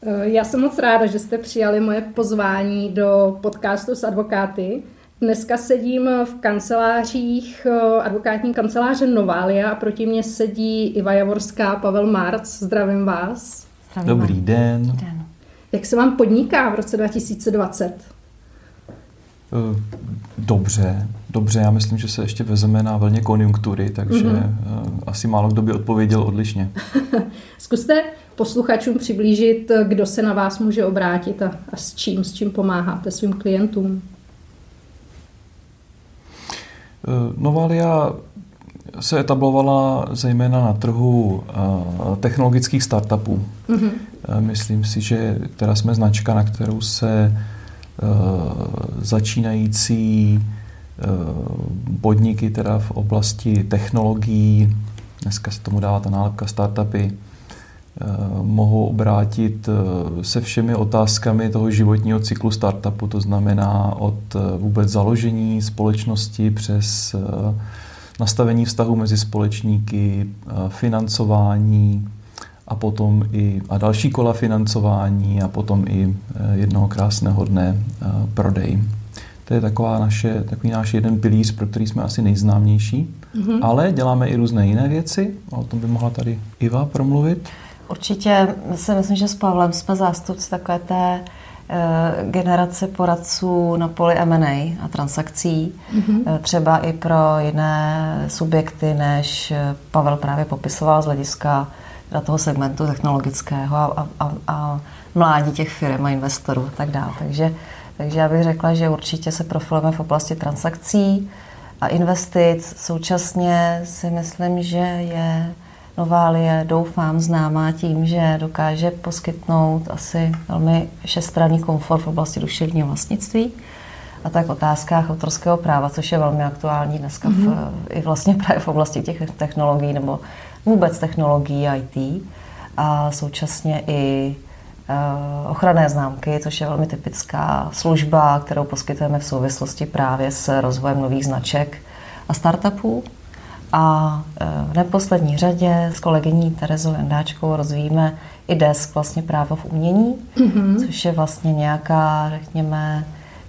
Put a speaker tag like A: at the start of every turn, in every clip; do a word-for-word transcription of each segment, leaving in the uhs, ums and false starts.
A: Já jsem moc ráda, že jste přijali moje pozvání do podcastu s advokáty. Dneska sedím v kancelářích advokátní kanceláře Novalia a proti mně sedí Iva Javorská, Pavel Marc. Zdravím vás.
B: Zdravím. Dobrý den. Dobrý den.
A: Jak se vám podniká v roce dva tisíce dvacet?
B: Dobře, dobře. Já myslím, že se ještě vezeme na vlně konjunktury, takže mm-hmm. asi málo kdo by odpověděl odlišně.
A: Zkuste posluchačům přiblížit, kdo se na vás může obrátit a, a s čím, s čím pomáháte svým klientům.
B: Novalia se etablovala zejména na trhu technologických startupů. Mm-hmm. Myslím si, že teda jsme značka, na kterou se začínající podniky teda v oblasti technologií, dneska se tomu dává ta nálepka startupy, mohou obrátit se všemi otázkami toho životního cyklu startupu, to znamená od vůbec založení společnosti přes nastavení vztahu mezi společníky, financování a potom i a další kola financování a potom i jednoho krásného dne prodej. To je taková naše, takový náš jeden pilíř, pro který jsme asi nejznámější, mm-hmm. ale děláme i různé jiné věci. O tom by mohla tady Iva promluvit.
C: Určitě si myslím, že s Pavlem jsme zástupci takové té uh, generace poradců na poli M and A a transakcí, mm-hmm. třeba i pro jiné subjekty, než Pavel právě popisoval z hlediska toho segmentu technologického a, a, a mládí těch firm a investorů a tak dále. Takže, takže já bych řekla, že určitě se profilujeme v oblasti transakcí a investic. Současně si myslím, že je Novalia, doufám, známá tím, že dokáže poskytnout asi velmi všestranný komfort v oblasti duševního vlastnictví a tak v otázkách autorského práva, což je velmi aktuální dneska mm-hmm. v, i vlastně právě v oblasti těch technologií nebo vůbec technologií I T a současně i uh, ochranné známky, což je velmi typická služba, kterou poskytujeme v souvislosti právě s rozvojem nových značek a startupů. A v neposlední řadě s kolegyní Terezou Jandáčkou rozvíjíme i desk vlastně právo v umění, mm-hmm. což je vlastně nějaká, řekněme,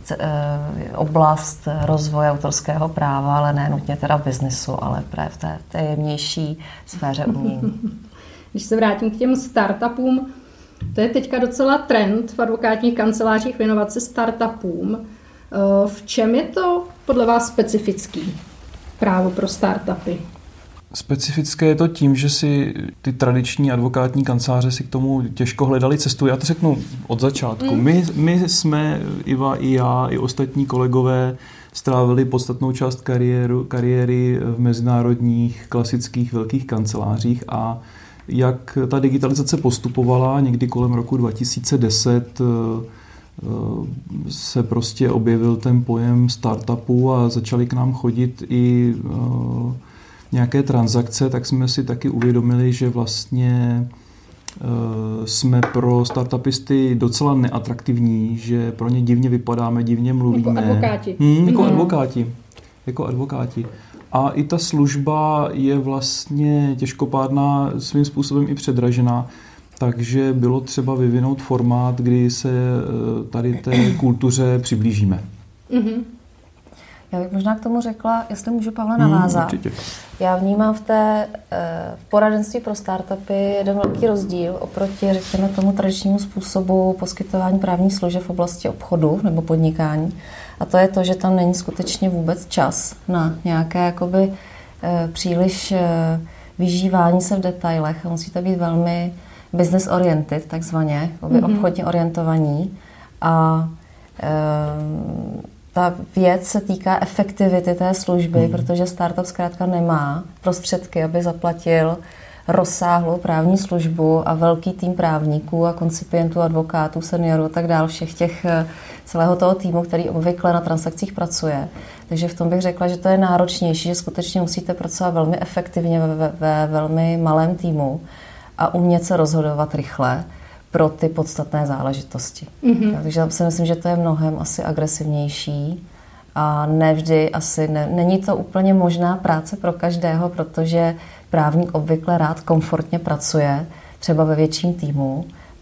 C: oblast rozvoje autorského práva, ale ne nutně teda v biznesu, ale právě v té, té jemnější sféře umění.
A: Když se vrátím k těm startupům, to je teďka docela trend v advokátních kancelářích věnovat se startupům. V čem je to podle vás specifický právo pro startupy?
B: Specifické je to tím, že si ty tradiční advokátní kanceláře si k tomu těžko hledali cestu. Já to řeknu od začátku. Mm. My, my jsme, Iva i já, i ostatní kolegové, strávili podstatnou část kariéru, kariéry v mezinárodních klasických velkých kancelářích a jak ta digitalizace postupovala někdy kolem roku dva tisíce deset, se prostě objevil ten pojem startupu a začaly k nám chodit i uh, nějaké transakce, tak jsme si taky uvědomili, že vlastně uh, jsme pro startupisty docela neatraktivní, že pro ně divně vypadáme, divně mluvíme.
A: Jako advokáti.
B: Hmm, jako mm. advokáti. Jako advokáti. A i ta služba je vlastně těžkopádná, svým způsobem i předražená. Takže bylo třeba vyvinout formát, kdy se tady té kultuře přiblížíme.
C: Mm-hmm. Já bych možná k tomu řekla, jestli můžu, Pavle, navázat. Mm,
B: určitě.
C: Já vnímám v té v poradenství pro startupy jeden velký rozdíl oproti, řekněme, tomu tradičnímu způsobu poskytování právních služeb v oblasti obchodu nebo podnikání. A to je to, že tam není skutečně vůbec čas na nějaké jakoby příliš vyžívání se v detailech a musí to být velmi business oriented, takzvaně, mm-hmm. obchodně orientovaní. A e, ta věc se týká efektivity té služby, mm. protože startup zkrátka nemá prostředky, aby zaplatil rozsáhlou právní službu a velký tým právníků a koncipientů, advokátů, seniorů a tak dále, všech těch, celého toho týmu, který obvykle na transakcích pracuje. Takže v tom bych řekla, že to je náročnější, že skutečně musíte pracovat velmi efektivně ve, ve, ve velmi malém týmu a umět se rozhodovat rychle pro ty podstatné záležitosti. Mm-hmm. Takže si myslím, že to je mnohem asi agresivnější a nevždy asi ne, není to úplně možná práce pro každého, protože právník obvykle rád komfortně pracuje, třeba ve větším týmu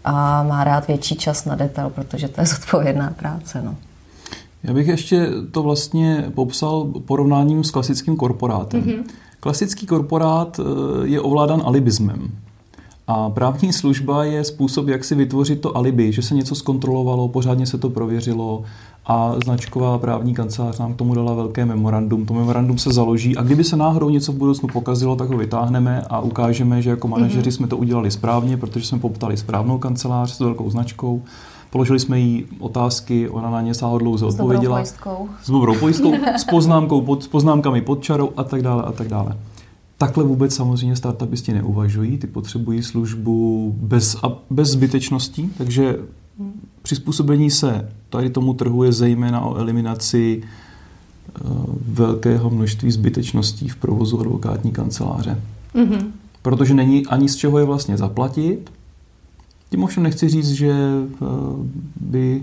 C: a má rád větší čas na detail, protože to je zodpovědná práce. No.
B: Já bych ještě to vlastně popsal porovnáním s klasickým korporátem. Mm-hmm. Klasický korporát je ovládan alibismem. A právní služba je způsob, jak si vytvořit to alibi, že se něco zkontrolovalo, pořádně se to prověřilo a značková právní kancelář nám k tomu dala velké memorandum. To memorandum se založí a kdyby se náhodou něco v budoucnu pokazilo, tak ho vytáhneme a ukážeme, že jako manažeři jsme to udělali správně, protože jsme poptali správnou kancelář s velkou značkou. Položili jsme jí otázky, ona na ně sáhodlouze odpověděla.
C: S dobrou pojistkou.
B: S dobrou pojistkou, s poznámkou, pod, s poznámkami pod čarou a tak dále a tak dále. Takhle vůbec samozřejmě startupisti neuvažují, ty potřebují službu bez, bez zbytečností, takže přizpůsobení se tady tomu trhu je zejména o eliminaci velkého množství zbytečností v provozu advokátní kanceláře. Mm-hmm. Protože není ani z čeho je vlastně zaplatit. Tím ovšem nechci říct, že by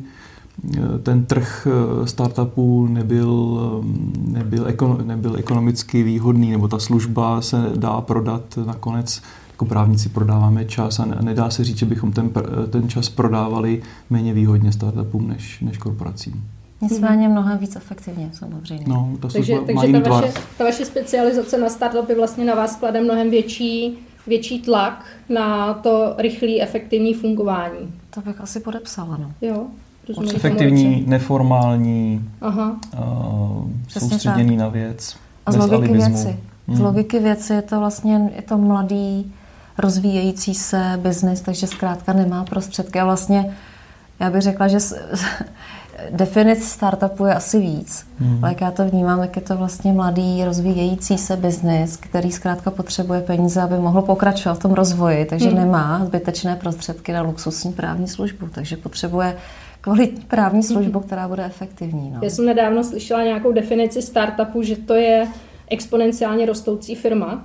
B: ten trh startupů nebyl, nebyl, nebyl ekonomicky výhodný, nebo ta služba se dá prodat nakonec. Jako právníci prodáváme čas a nedá se říct, že bychom ten, ten čas prodávali méně výhodně startupům než, než korporacím.
C: Nicméně mnohem víc efektivně, samozřejmě.
B: No, ta
A: takže takže ta, vaše, ta vaše specializace na startupy vlastně na vás klade mnohem větší, větší tlak na to rychlé, efektivní fungování.
C: To bych asi podepsala, no.
A: Jo.
B: Efektivní, neformální, Aha. Uh, soustředěný tak. na věc.
C: A z logiky alibismu. věci. Hmm. Z logiky věci je to vlastně je to mladý, rozvíjející se biznis, takže zkrátka nemá prostředky. A vlastně já bych řekla, že definic startupu je asi víc. Hmm. Ale jak já to vnímám, jak je to vlastně mladý, rozvíjející se biznis, který zkrátka potřebuje peníze, aby mohl pokračovat v tom rozvoji, takže hmm. nemá zbytečné prostředky na luxusní právní službu, takže potřebuje kvalitní právní službu, která bude efektivní. No.
A: Já jsem nedávno slyšela nějakou definici startupu, že to je exponenciálně rostoucí firma.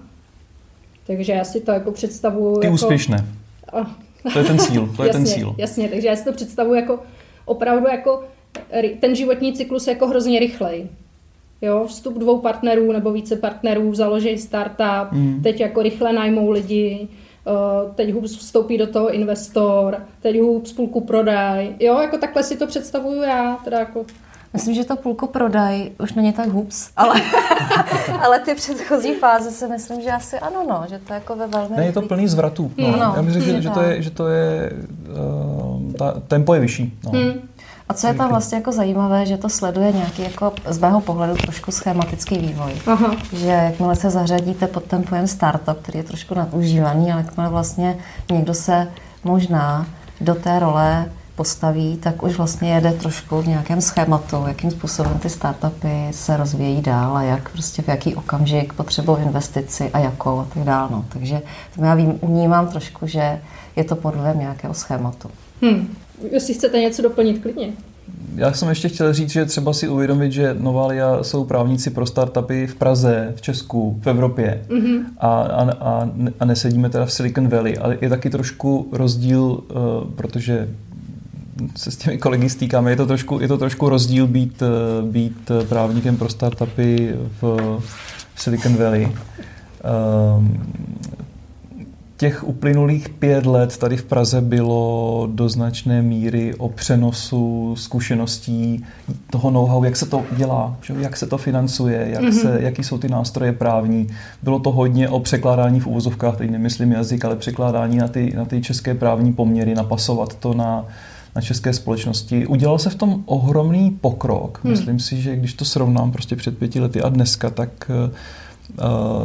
A: Takže já si to jako představuju...
B: Ty
A: jako...
B: úspěšné. To je ten cíl. To je
A: jasně,
B: ten cíl.
A: Jasně, takže já si to představuju jako opravdu jako ten životní cyklus jako hrozně rychlej. Jo, vstup dvou partnerů nebo více partnerů, založí startup, mm. teď jako rychle najmou lidi, teď hůb vstoupí do toho investor, teď hůb půlku prodaj. Jo, jako takhle si to představuju já. Teda jako...
C: Myslím, že to půlku prodaj už není tak hups, ale, ale ty předchozí fáze si myslím, že asi ano, no, že to jako ve velmi...
B: Ne, je to plný zvratů. No. No, já myslím, že, že to je, že to je uh, ta, tempo je vyšší. No. Hmm.
C: A co je tam vlastně jako zajímavé, že to sleduje nějaký jako z mého pohledu trošku schematický vývoj. Aha. Že jakmile se zařadíte pod ten pojem startup, který je trošku nadužívaný, ale jakmile vlastně někdo se možná do té role postaví, tak už vlastně jede trošku v nějakém schématu, jakým způsobem ty startupy se rozvíjí dál a jak prostě v jaký okamžik potřebují investici a jakou a tak dál. No. Takže já vím, vnímám trošku, že je to pod vlivem nějakého schématu.
A: Hmm. Jestli chcete něco doplnit, klidně.
B: Já jsem ještě chtěl říct, že třeba si uvědomit, že Novalia jsou právníci pro startupy v Praze, v Česku, v Evropě mm-hmm. a, a, a, a nesedíme teda v Silicon Valley. Ale je taky trošku rozdíl, uh, protože se s těmi kolegy stýkáme, je to trošku, je to trošku rozdíl být, být právníkem pro startupy v Silicon Valley. Um, těch uplynulých pět let tady v Praze bylo do značné míry o přenosu zkušeností toho know-how, jak se to dělá, jak se to financuje, jak mm-hmm. se, jaký jsou ty nástroje právní. Bylo to hodně o překládání v uvozovkách, teď nemyslím jazyk, ale překládání na ty, na ty české právní poměry, napasovat to na na české společnosti. Udělal se v tom ohromný pokrok. Hmm. Myslím si, že když to srovnám prostě před pěti lety a dneska, tak uh,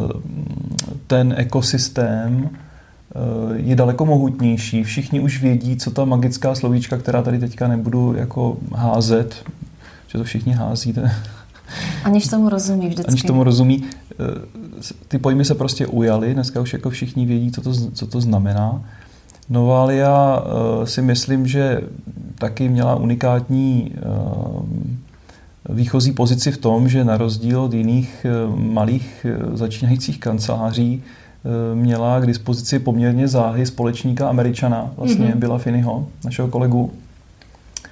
B: ten ekosystém uh, je daleko mohutnější. Všichni už vědí, co ta magická slovíčka, která tady teďka nebudu jako házet, že to všichni házíte.
C: Aniž tomu rozumí vždycky.
B: Aniž tomu rozumí. Ty pojmy se prostě ujaly. Dneska už jako všichni vědí, co to, co to znamená. Novalia uh, si myslím, že taky měla unikátní uh, výchozí pozici v tom, že na rozdíl od jiných uh, malých uh, začínajících kanceláří uh, měla k dispozici poměrně záhy společníka Američana, vlastně mm-hmm. Billa Finneyho, našeho kolegu.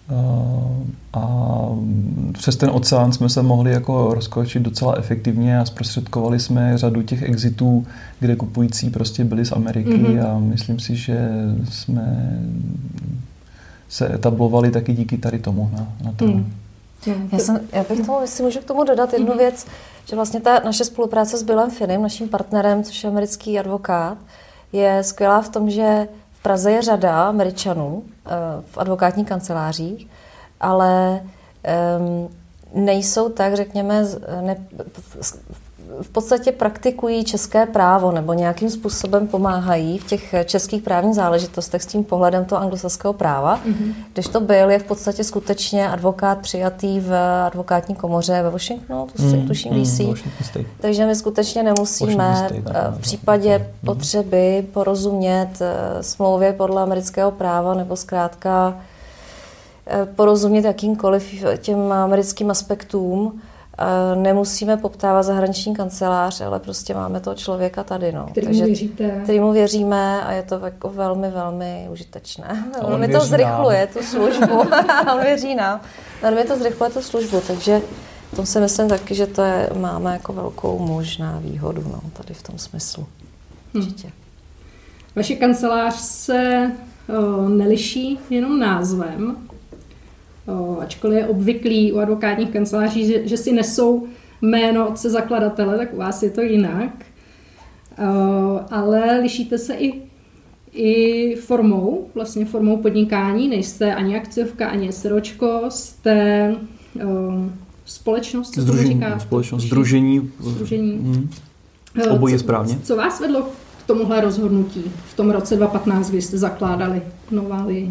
B: A přes ten oceán jsme se mohli jako rozkočit docela efektivně a zprostředkovali jsme řadu těch exitů, kde kupující prostě byli z Ameriky mm-hmm. a myslím si, že jsme se etablovali taky díky tady tomu na, na trhu. Mm.
C: Já, jsem, já bych tomu, jestli můžu k tomu dodat jednu mm-hmm. věc, že vlastně ta naše spolupráce s Billem Finney, naším partnerem, což je americký advokát, je skvělá v tom, že v Praze je řada Američanů v advokátních kancelářích, ale um, nejsou tak, řekněme, ne, v podstatě praktikují české právo nebo nějakým způsobem pomáhají v těch českých právních záležitostech s tím pohledem toho anglosaského práva, mm-hmm. když to byl, je v podstatě skutečně advokát přijatý v advokátní komoře ve Washingtonu, to si mm, tuším D C. Mm, takže my skutečně nemusíme v případě potřeby porozumět smlouvě podle amerického práva nebo zkrátka porozumět jakýmkoliv těm americkým aspektům. Nemusíme poptávat zahraniční kancelář, ale prostě máme toho člověka tady. No.
A: Kterýmu Takže, věříte.
C: Kterýmu věříme a je to jako velmi, velmi užitečné. On mi to zrychluje, nám. tu službu. On věří nám. On mi to zrychluje tu službu, takže v tom si myslím taky, že to je, máme jako velkou možná výhodu no, tady v tom smyslu. Určitě. Hmm.
A: Vaše kancelář se o, neliší jenom názvem, O, ačkoliv je obvyklý u advokátních kanceláří, že, že si nesou jméno otce zakladatele, tak u vás je to jinak. O, ale lišíte se i, i formou, vlastně formou podnikání. Nejste ani akciovka, ani SROčko, jste o, společnost, co
B: Združení,
A: tomu říká?
B: Společnost, združení.
A: Združení.
B: Hmm. Obojí je správně.
A: Co, co vás vedlo k tomuhle rozhodnutí v tom roce dva tisíce patnáct, kdy jste zakládali Novalii?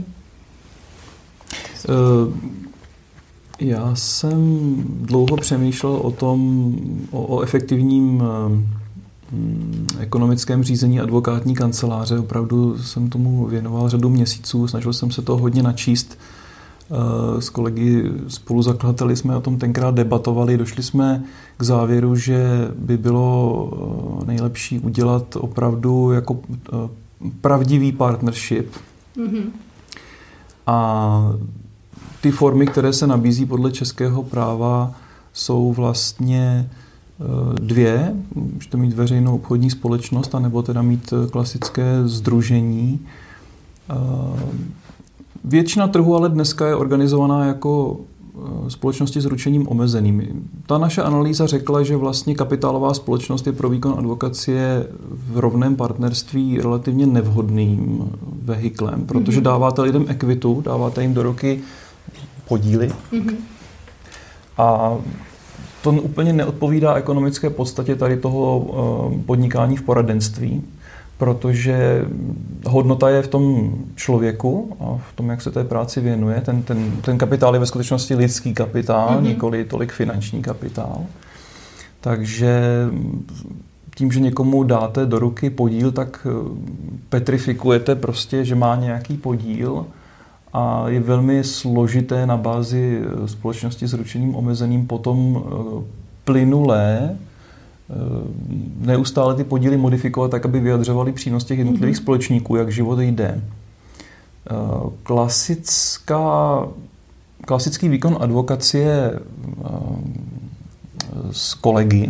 B: Já jsem dlouho přemýšlel o tom, o, o efektivním um, ekonomickém řízení advokátní kanceláře. Opravdu jsem tomu věnoval řadu měsíců, snažil jsem se to hodně načíst. Uh, s kolegy spoluzakladateli jsme o tom tenkrát debatovali. Došli jsme k závěru, že by bylo nejlepší udělat opravdu jako uh, pravdivý partnership. Mm-hmm. A ty formy, které se nabízí podle českého práva, jsou vlastně dvě. Můžete mít veřejnou obchodní společnost, anebo teda mít klasické sdružení. Většina trhu ale dneska je organizovaná jako společnosti s ručením omezeným. Ta naše analýza řekla, že vlastně kapitálová společnost je pro výkon advokacie v rovném partnerství relativně nevhodným vehiklem, protože dáváte lidem ekvitu, dáváte jim do ruky podíly mm-hmm. a to úplně neodpovídá ekonomické podstatě tady toho podnikání v poradenství, protože hodnota je v tom člověku a v tom, jak se té práci věnuje. Ten, ten, ten kapitál je ve skutečnosti lidský kapitál, mm-hmm. nikoli tolik finanční kapitál. Takže tím, že někomu dáte do ruky podíl, tak petrifikujete prostě, že má nějaký podíl a je velmi složité na bázi společnosti s ručením omezeným potom plynulé neustále ty podíly modifikovat tak, aby vyjadřovaly přínos těch jednotlivých mm-hmm. společníků, jak život jde. Klasická, klasický výkon advokacie s kolegy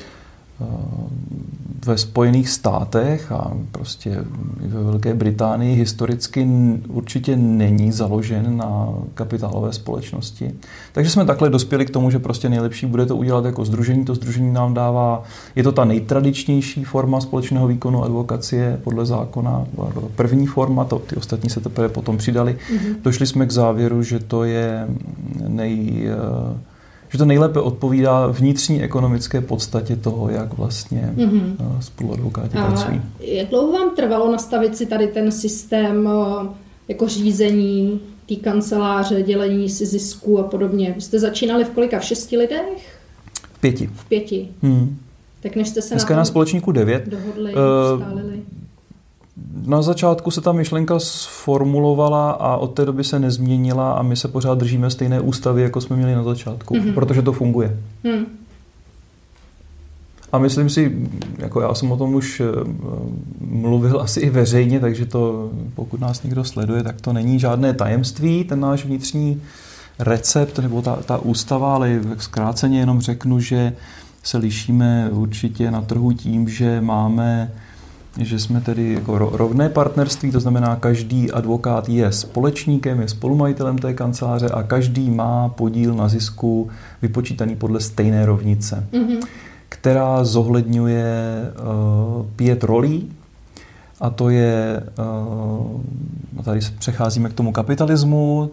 B: ve Spojených státech a prostě ve Velké Británii historicky určitě není založen na kapitálové společnosti. Takže jsme takhle dospěli k tomu, že prostě nejlepší bude to udělat jako sdružení. To sdružení nám dává, je to ta nejtradičnější forma společného výkonu advokacie podle zákona. První forma, to, ty ostatní se teprve potom přidali. Mm-hmm. Došli jsme k závěru, že to je nej... že to nejlépe odpovídá vnitřní ekonomické podstatě toho, jak vlastně mm-hmm. spoluadvokáti
A: a
B: pracují.
A: Jak dlouho vám trvalo nastavit si tady ten systém jako řízení té kanceláře, dělení si zisku a podobně? Vy jste začínali v kolika? V šesti lidech?
B: V pěti.
A: V pěti.
B: Hmm.
A: Tak než jste se
B: Dneska na, na společníku devět.
A: Dohodli,
B: uh,
A: stálili.
B: Na začátku se ta myšlenka sformulovala a od té doby se nezměnila a my se pořád držíme stejné ústavy, jako jsme měli na začátku, mm-hmm. protože to funguje. Mm. A myslím si, jako já jsem o tom už mluvil asi i veřejně, takže to, pokud nás někdo sleduje, tak to není žádné tajemství, ten náš vnitřní recept nebo ta, ta ústava, ale zkráceně jenom řeknu, že se lišíme určitě na trhu tím, že máme, že jsme tedy jako rovné partnerství, to znamená, každý advokát je společníkem, je spolumajitelem té kanceláře a každý má podíl na zisku vypočítaný podle stejné rovnice, mm-hmm. která zohledňuje uh, pět rolí, a to je, uh, tady přecházíme k tomu kapitalismu,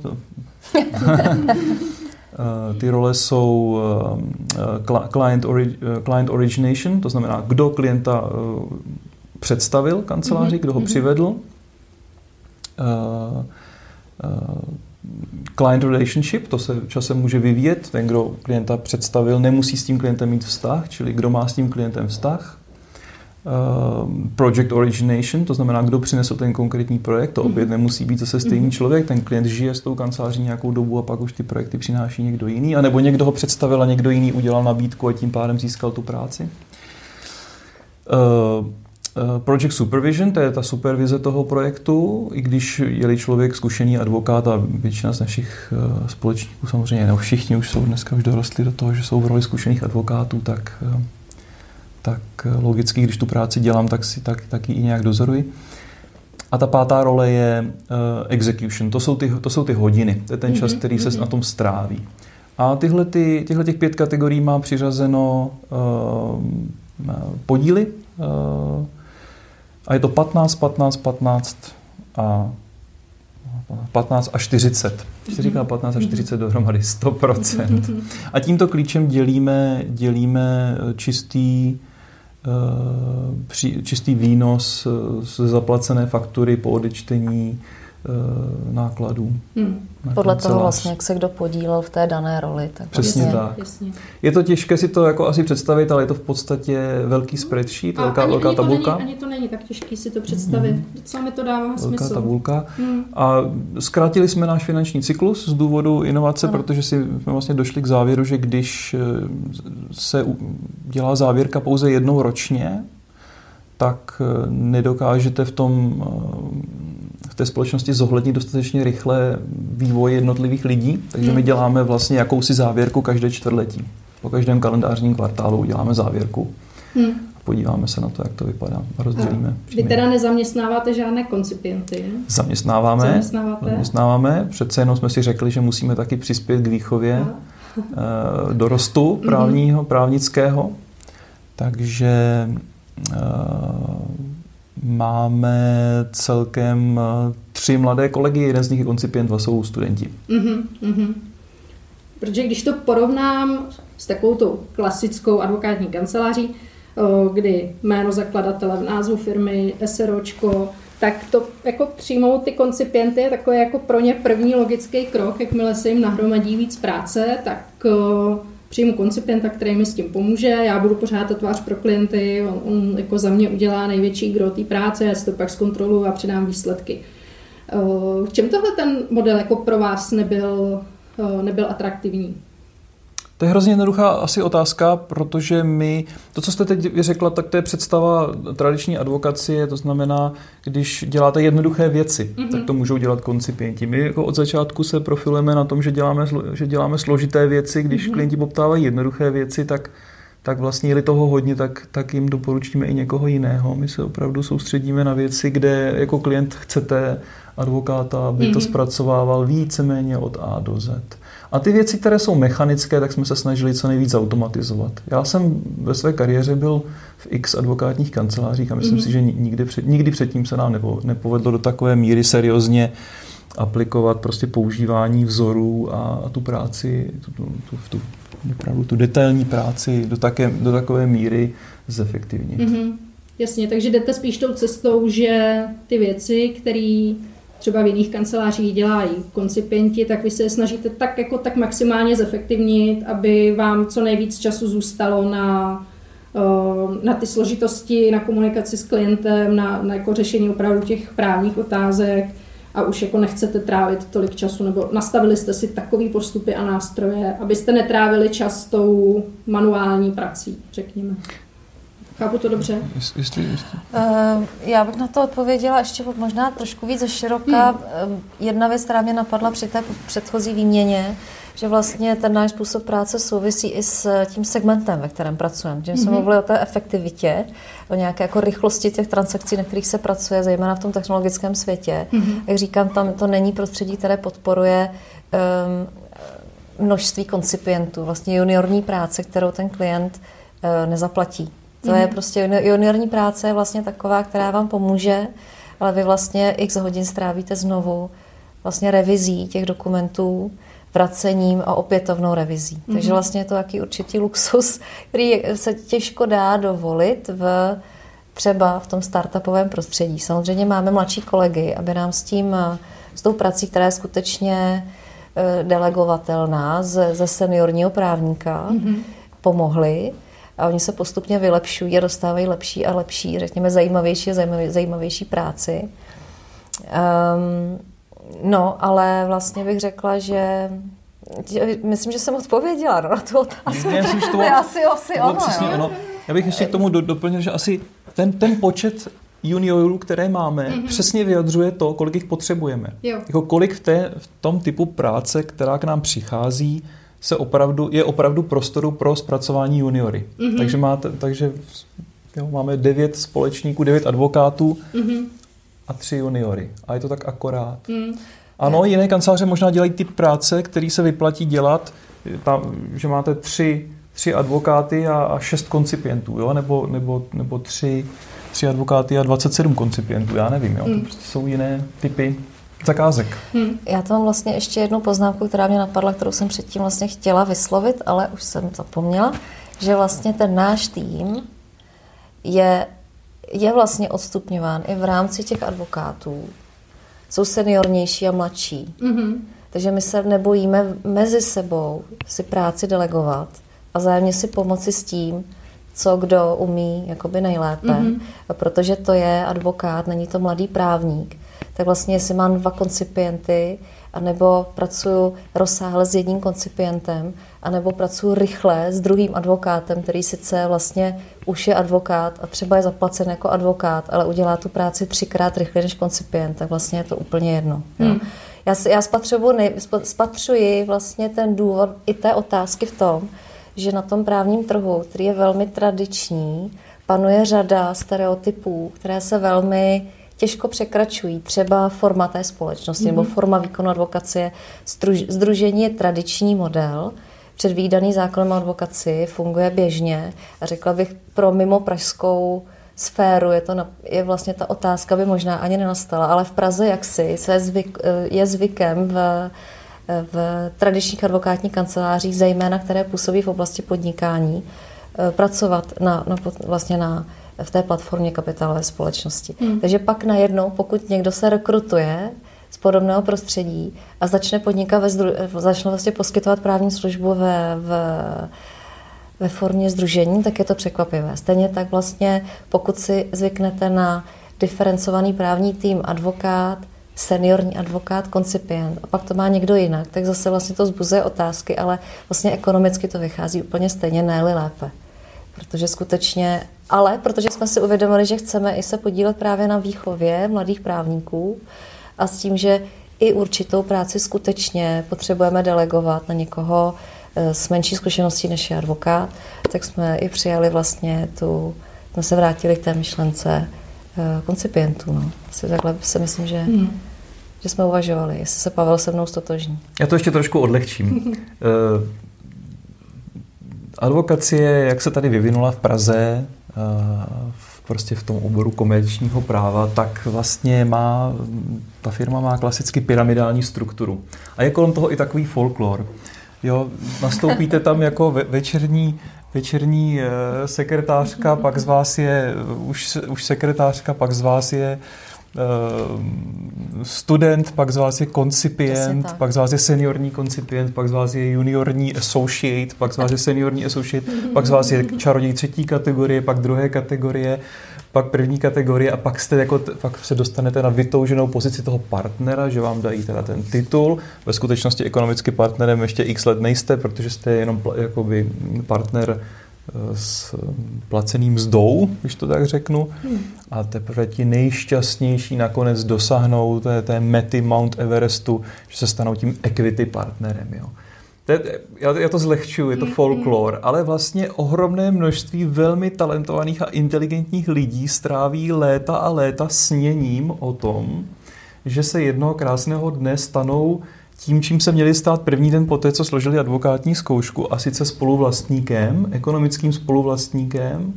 B: ty role jsou client, ori, client origination, to znamená, kdo klienta představil kanceláři, kdo ho přivedl. Client relationship, to se časem může vyvíjet, ten, kdo klienta představil, nemusí s tím klientem mít vztah, čili kdo má s tím klientem vztah. Project origination, to znamená, kdo přinesl ten konkrétní projekt, to opět nemusí být zase stejný člověk, ten klient žije s tou kanceláří nějakou dobu a pak už ty projekty přináší někdo jiný, anebo někdo ho představil a někdo jiný udělal nabídku a tím pádem získal tu práci. Uh, Project supervision, to je ta supervize toho projektu, i když je člověk zkušený advokát a většina z našich společníků, samozřejmě ne všichni už jsou dneska už dorostli do toho, že jsou v roli zkušených advokátů, tak tak logicky, když tu práci dělám, tak si tak, tak ji i nějak dozoruji. A ta pátá role je uh, execution. To jsou, ty, to jsou ty hodiny. To je ten čas, který se na tom stráví. A tyhle, ty, tyhle těch pět kategorií má přiřazeno uh, podíly. Uh, a je to patnáct, patnáct, patnáct a patnáct a čtyřicet. Když říká patnáct a čtyřicet dohromady, sto procent. A tímto klíčem dělíme, dělíme čistý, uh, čistý výnos z zaplacené faktury po odečtení uh, nákladů. Hmm.
C: Podle kancelář. Toho vlastně, jak se kdo podílel v té dané roli. Tak
B: Přesně
C: vlastně.
B: tak.
A: Jasně.
B: Je to těžké si to jako asi představit, ale je to v podstatě velký spreadsheet, velká,
A: ani,
B: velká
A: ani
B: tabulka.
A: To není, ani to není tak těžké si to představit. Hmm. Docela mi to dává
B: velká
A: smysl.
B: Velká tabulka.
A: Hmm.
B: A zkrátili jsme náš finanční cyklus z důvodu inovace, ano. protože si jsme vlastně došli k závěru, že když se dělá závěrka pouze jednou ročně, tak nedokážete v tom v té společnosti zohlednit dostatečně rychle vývoj jednotlivých lidí, takže my děláme vlastně jakousi závěrku každé čtvrtletí. Po každém kalendářním kvartálu uděláme závěrku. Hmm. A podíváme se na to, jak to vypadá a rozdělíme.
A: Vy teda nezaměstnáváte žádné koncipienty?
B: Zaměstnáváme.
A: Zaměstnáváte? Zaměstnáváme.
B: Přece jenom jsme si řekli, že musíme taky přispět k výchově Aha. dorostu právního, právnického. Takže máme celkem tři mladé kolegy, jeden z nich je koncipient, dva jsou studenti.
A: Mm-hmm, mm-hmm. Protože když to porovnám s takovou tou klasickou advokátní kanceláří, kdy jméno zakladatele v názvu firmy, SROčko, tak to jako přijmout ty koncipienty je takový jako pro ně první logický krok, jakmile se jim nahromadí víc práce, tak přijmu koncipienta, který mi s tím pomůže, já budu pořád tvář pro klienty, on, on jako za mě udělá největší gro té práce, já si to pak zkontroluji a předám výsledky. V čem tohle ten model jako pro vás nebyl, nebyl atraktivní?
B: To je hrozně jednoduchá asi otázka, protože my, to, co jste teď řekla, tak to je představa tradiční advokacie, to znamená, když děláte jednoduché věci, mm-hmm. tak to můžou dělat koncipienti. My jako od začátku se profilujeme na tom, že děláme, že děláme složité věci, když mm-hmm. klienti poptávají jednoduché věci, tak, tak vlastně je-li toho hodně, tak, tak jim doporučíme i někoho jiného. My se opravdu soustředíme na věci, kde jako klient chcete advokáta, aby mm-hmm. to zpracovával víceméně od A do Z. A ty věci, které jsou mechanické, tak jsme se snažili co nejvíc automatizovat. Já jsem ve své kariéře byl v x advokátních kancelářích a myslím mm-hmm. si, že nikdy, před, nikdy předtím se nám nepo, nepovedlo do takové míry seriózně aplikovat prostě používání vzorů a, a tu práci, tu, tu, tu, tu, opravdu tu detailní práci do, také, do takové míry zefektivnit.
A: Mm-hmm. Jasně, takže jdete spíš tou cestou, že ty věci, které třeba v jiných kancelářích dělají koncipienti, tak vy se je snažíte tak, jako, tak maximálně zefektivnit, aby vám co nejvíc času zůstalo na, na ty složitosti, na komunikaci s klientem, na, na jako řešení opravdu těch právních otázek a už jako nechcete trávit tolik času, nebo nastavili jste si takový postupy a nástroje, abyste netrávili čas tou manuální prací, řekněme. Chápu to dobře?
B: Jestli, jestli, jestli.
C: Uh, já bych na to odpověděla ještě možná trošku víc ze široka. Hmm. Jedna věc, která mě napadla při té předchozí výměně, že vlastně ten náš způsob práce souvisí i s tím segmentem, ve kterém pracujeme. Že jsme mm-hmm. mluvili o té efektivitě, o nějaké jako rychlosti těch transakcí, na kterých se pracuje, zejména v tom technologickém světě. Mm-hmm. Jak říkám, tam to není prostředí, které podporuje um, množství koncipientů, vlastně juniorní práce, kterou ten klient uh, nezaplatí. To mm-hmm. je prostě juniorní práce je vlastně taková, která vám pomůže, ale vy vlastně x hodin strávíte znovu vlastně revizí těch dokumentů, vracením a opětovnou revizí. Mm-hmm. Takže vlastně je to jaký určitý luxus, který se těžko dá dovolit v třeba v tom startupovém prostředí. Samozřejmě máme mladší kolegy, aby nám s tím, s tou prací, která je skutečně delegovatelná ze, ze seniorního právníka, mm-hmm. pomohli a oni se postupně vylepšují a dostávají lepší a lepší, řekněme zajímavější a zajímavější práci. Um, No, ale vlastně bych řekla, že myslím, že jsem odpověděla no, na tu otázku.
B: Já myslím, že to
C: je asi, asi ono,
B: přesně ono. Já bych ještě k tomu do, doplnil, že asi ten, ten počet juniorů, které máme, mm-hmm. přesně vyjadřuje to, kolik jich potřebujeme. Jako kolik v, té, v tom typu práce, která k nám přichází, se opravdu, je opravdu prostoru pro zpracování juniory. Mm-hmm. Takže, máte, takže jo, máme devět společníků, devět advokátů, mm-hmm. a tři juniory. A je to tak akorát. Mm. Ano, jiné kanceláře možná dělají typ práce, který se vyplatí dělat, tam, že máte tři, tři advokáty a, a šest koncipientů, jo? Nebo, nebo, nebo tři, tři advokáty a dvacet sedm koncipientů, já nevím. Jo? Mm. To prostě jsou jiné typy zakázek.
C: Mm. Já tam vlastně ještě jednu poznámku, která mě napadla, kterou jsem předtím vlastně chtěla vyslovit, ale už jsem zapomněla, že vlastně ten náš tým je je vlastně odstupňován i v rámci těch advokátů. Jsou seniornější a mladší. Mm-hmm. Takže my se nebojíme mezi sebou si práci delegovat a vzájemně si pomoci s tím, co kdo umí jakoby nejlépe. Mm-hmm. A protože to je advokát, není to mladý právník, tak vlastně jestli mám dva koncipienty, anebo pracuji rozsáhle s jedním koncipientem, anebo pracuji rychle s druhým advokátem, který sice vlastně už je advokát a třeba je zaplacen jako advokát, ale udělá tu práci třikrát rychleji než koncipient, tak vlastně je to úplně jedno. Hmm. Já, já spatřuji, spatřuji vlastně ten důvod i té otázky v tom, že na tom právním trhu, který je velmi tradiční, panuje řada stereotypů, které se velmi těžko překračují. Třeba forma té společnosti mm-hmm. nebo forma výkonu advokacie. Sdružení je tradiční model, předvídaný zákonem o advokacii, funguje běžně a řekla bych pro mimo pražskou sféru je, to na, je vlastně ta otázka by možná ani nenastala, ale v Praze jaksi se zvyk, je zvykem v, v tradičních advokátních kancelářích, zejména které působí v oblasti podnikání, pracovat na, na, vlastně na v té platformě kapitálové společnosti. Hmm. Takže pak najednou, pokud někdo se rekrutuje z podobného prostředí a začne podnikat, ve zdru, začne vlastně poskytovat právní službu ve, v, ve formě sdružení, tak je to překvapivé. Stejně tak vlastně, pokud si zvyknete na diferencovaný právní tým, advokát, seniorní advokát, koncipient a pak to má někdo jinak, tak zase vlastně to vzbuzuje otázky, ale vlastně ekonomicky to vychází úplně stejně, ne-li lépe. Protože skutečně, ale protože jsme si uvědomili, že chceme i se podílet právě na výchově mladých právníků a s tím, že i určitou práci skutečně potřebujeme delegovat na někoho s menší zkušeností než je advokát, tak jsme i přijali vlastně tu, jsme se vrátili k té myšlence koncipientů. No. Asi takhle si myslím, že, hmm. že jsme uvažovali, jestli se Pavel se mnou stotožní.
B: Já to ještě trošku odlehčím. Advokacie, jak se tady vyvinula v Praze, prostě v tom oboru komerčního práva, tak vlastně má, ta firma má klasicky pyramidální strukturu. A je kolem toho i takový folklor. Jo, nastoupíte tam jako večerní, večerní sekretářka, pak z vás je už, už sekretářka, pak z vás je student, pak z vás je koncipient, pak z vás je seniorní koncipient, pak z vás je juniorní associate, pak z vás je seniorní associate, pak z vás je čaroděj třetí kategorie, pak druhé kategorie, pak první kategorie a pak, jste jako, pak se dostanete na vytouženou pozici toho partnera, že vám dají teda ten titul. Ve skutečnosti ekonomicky partnerem ještě x let nejste, protože jste jenom jakoby partner s placeným mzdou, když to tak řeknu, hmm. a teprve ti nejšťastnější nakonec dosáhnou té, té mety Mount Everestu, že se stanou tím equity partnerem. Jo. To je, já, já to zlehčuju, je to folklor, ale vlastně ohromné množství velmi talentovaných a inteligentních lidí stráví léta a léta sněním o tom, že se jednoho krásného dne stanou tím, čím se měli stát první den poté, co složili advokátní zkoušku, a sice spoluvlastníkem, ekonomickým spoluvlastníkem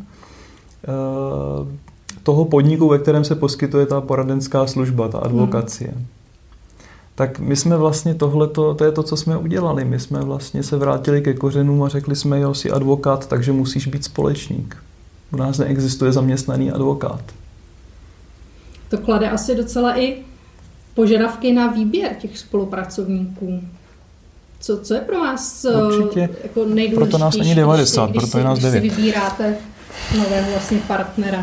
B: toho podniku, ve kterém se poskytuje ta poradenská služba, ta advokacie. Hmm. Tak my jsme vlastně tohleto, to je to, co jsme udělali. My jsme vlastně se vrátili ke kořenům a řekli jsme, jo, jsi advokát, takže musíš být společník. U nás neexistuje zaměstnaný advokát.
A: To klade asi docela i požadavky na výběr těch spolupracovníků. Co, co je pro vás
B: určitě,
A: jako nejdůležitější,
B: proto nás není devadesát,
A: když,
B: proto
A: si,
B: je nás devět.
A: Když si vybíráte nového vlastně partnera?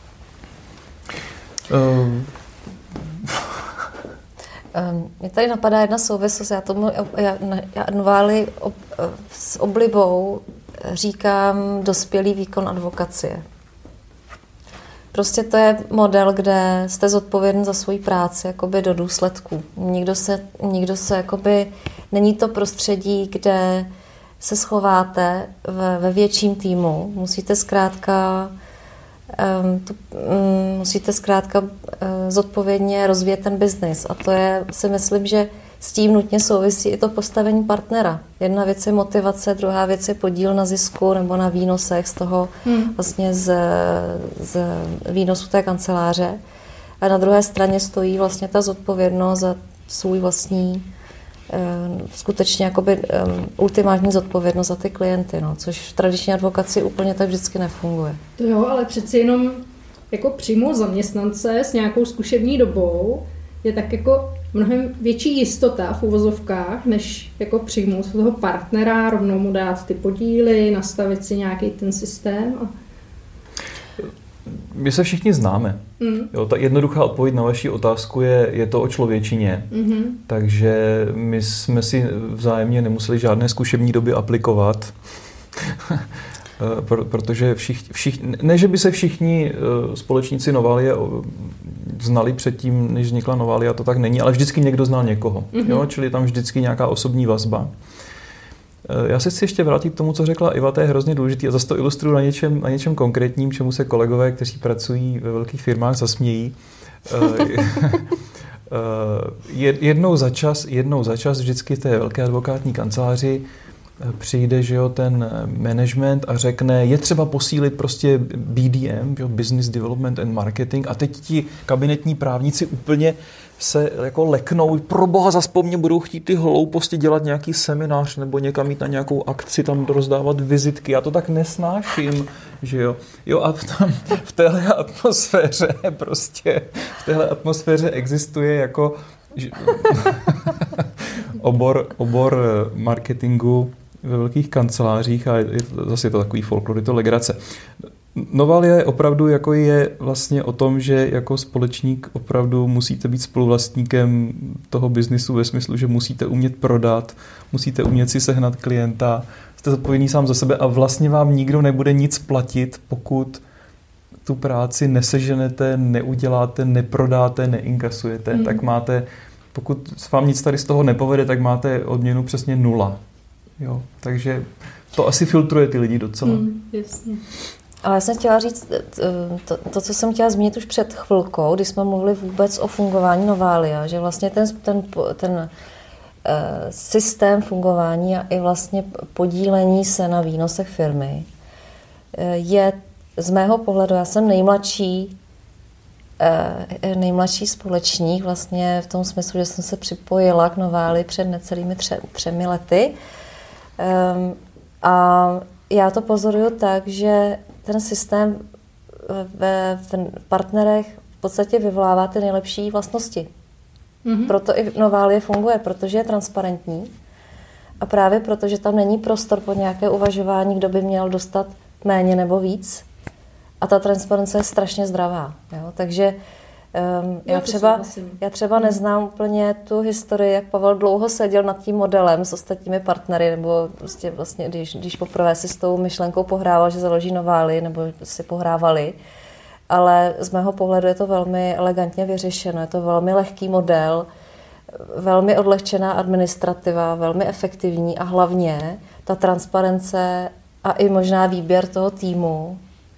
C: Uh. Mě tady napadá jedna souvislost. Já tomu já, já Adváli ob, s oblibou říkám dospělý výkon advokacie. Prostě to je model, kde jste zodpovědný za svoji práci jakoby do důsledků. Nikdo se, nikdo se jakoby, není to prostředí, kde se schováte ve, ve větším týmu. Musíte zkrátka um, tu, um, musíte zkrátka uh, zodpovědně rozvíjet ten biznis. A to je, si myslím, že s tím nutně souvisí i to postavení partnera. Jedna věc je motivace, druhá věc je podíl na zisku nebo na výnosech z toho hmm. vlastně z, z výnosu té kanceláře. A na druhé straně stojí vlastně ta zodpovědnost za svůj vlastní skutečně jakoby um, ultimátní zodpovědnost za ty klienty, no, což v tradiční advokaci úplně tak vždycky nefunguje.
A: To jo, ale přeci jenom jako přijmout zaměstnance s nějakou zkušební dobou je tak jako mnohem větší jistota v uvozovkách, než jako přijmout toho partnera, rovnou mu dát ty podíly, nastavit si nějaký ten systém. A...
B: My se všichni známe. Mm. Jo, ta jednoduchá odpověď na vaši otázku je, je to o člověčině. Mm-hmm. Takže my jsme si vzájemně nemuseli žádné zkušební doby aplikovat. Protože všichni, všichni, ne, že by se všichni společníci Novalie znali předtím, než vznikla Novalia, to tak není, ale vždycky někdo znal někoho. Mm-hmm. Jo? Čili tam vždycky nějaká osobní vazba. Já se chci ještě vrátit k tomu, co řekla Iva, to je hrozně důležitý a zase to ilustruju na něčem, na něčem konkrétním, čemu se kolegové, kteří pracují ve velkých firmách, zasmějí. jednou za čas, jednou za čas vždycky v té velké advokátní kanceláři přijde, že jo, ten management a řekne, je třeba posílit prostě B D M, jo, Business Development and Marketing, a teď ti kabinetní právníci úplně se jako leknou, pro boha zas po mně budou chtít ty hlouposti dělat nějaký seminář nebo někam jít na nějakou akci, tam rozdávat vizitky, já to tak nesnáším, že jo. Jo a v, tam, v téhle atmosféře prostě, v téhle atmosféře existuje jako obor, obor marketingu ve velkých kancelářích a je, zase je to takový folklor, je to legrace. Novalia je opravdu jako je vlastně o tom, že jako společník opravdu musíte být spoluvlastníkem toho biznisu ve smyslu, že musíte umět prodat, musíte umět si sehnat klienta, jste zodpovědný sám za sebe a vlastně vám nikdo nebude nic platit, pokud tu práci neseženete, neuděláte, neprodáte, neinkasujete, mm. tak máte, pokud vám nic tady z toho nepovede, tak máte odměnu přesně nula. Jo, takže to asi filtruje ty lidi docela. Mm,
A: jasně.
C: Ale já jsem chtěla říct, to, to, co jsem chtěla zmínit už před chvilkou, když jsme mluvili vůbec o fungování Novalia, že vlastně ten, ten, ten uh, systém fungování a i vlastně podílení se na výnosech firmy uh, je z mého pohledu, já jsem nejmladší, uh, nejmladší společník vlastně v tom smyslu, že jsem se připojila k Noválii před necelými tře, třemi lety. Um, a já to pozoruju tak, že ten systém ve v partnerech v podstatě vyvolává ty nejlepší vlastnosti. Mm-hmm. Proto i Novalie funguje, protože je transparentní a právě proto, že tam není prostor pod nějaké uvažování, kdo by měl dostat méně nebo víc. A ta transparence je strašně zdravá. Jo? Takže Um, já, třeba, já třeba neznám úplně tu historii, jak Pavel dlouho seděl nad tím modelem s ostatními partnery, nebo prostě vlastně, když, když poprvé si s tou myšlenkou pohrával, že založí Novály, nebo si pohrávali. Ale z mého pohledu je to velmi elegantně vyřešeno, je to velmi lehký model, velmi odlehčená administrativa, velmi efektivní a hlavně ta transparence a i možná výběr toho týmu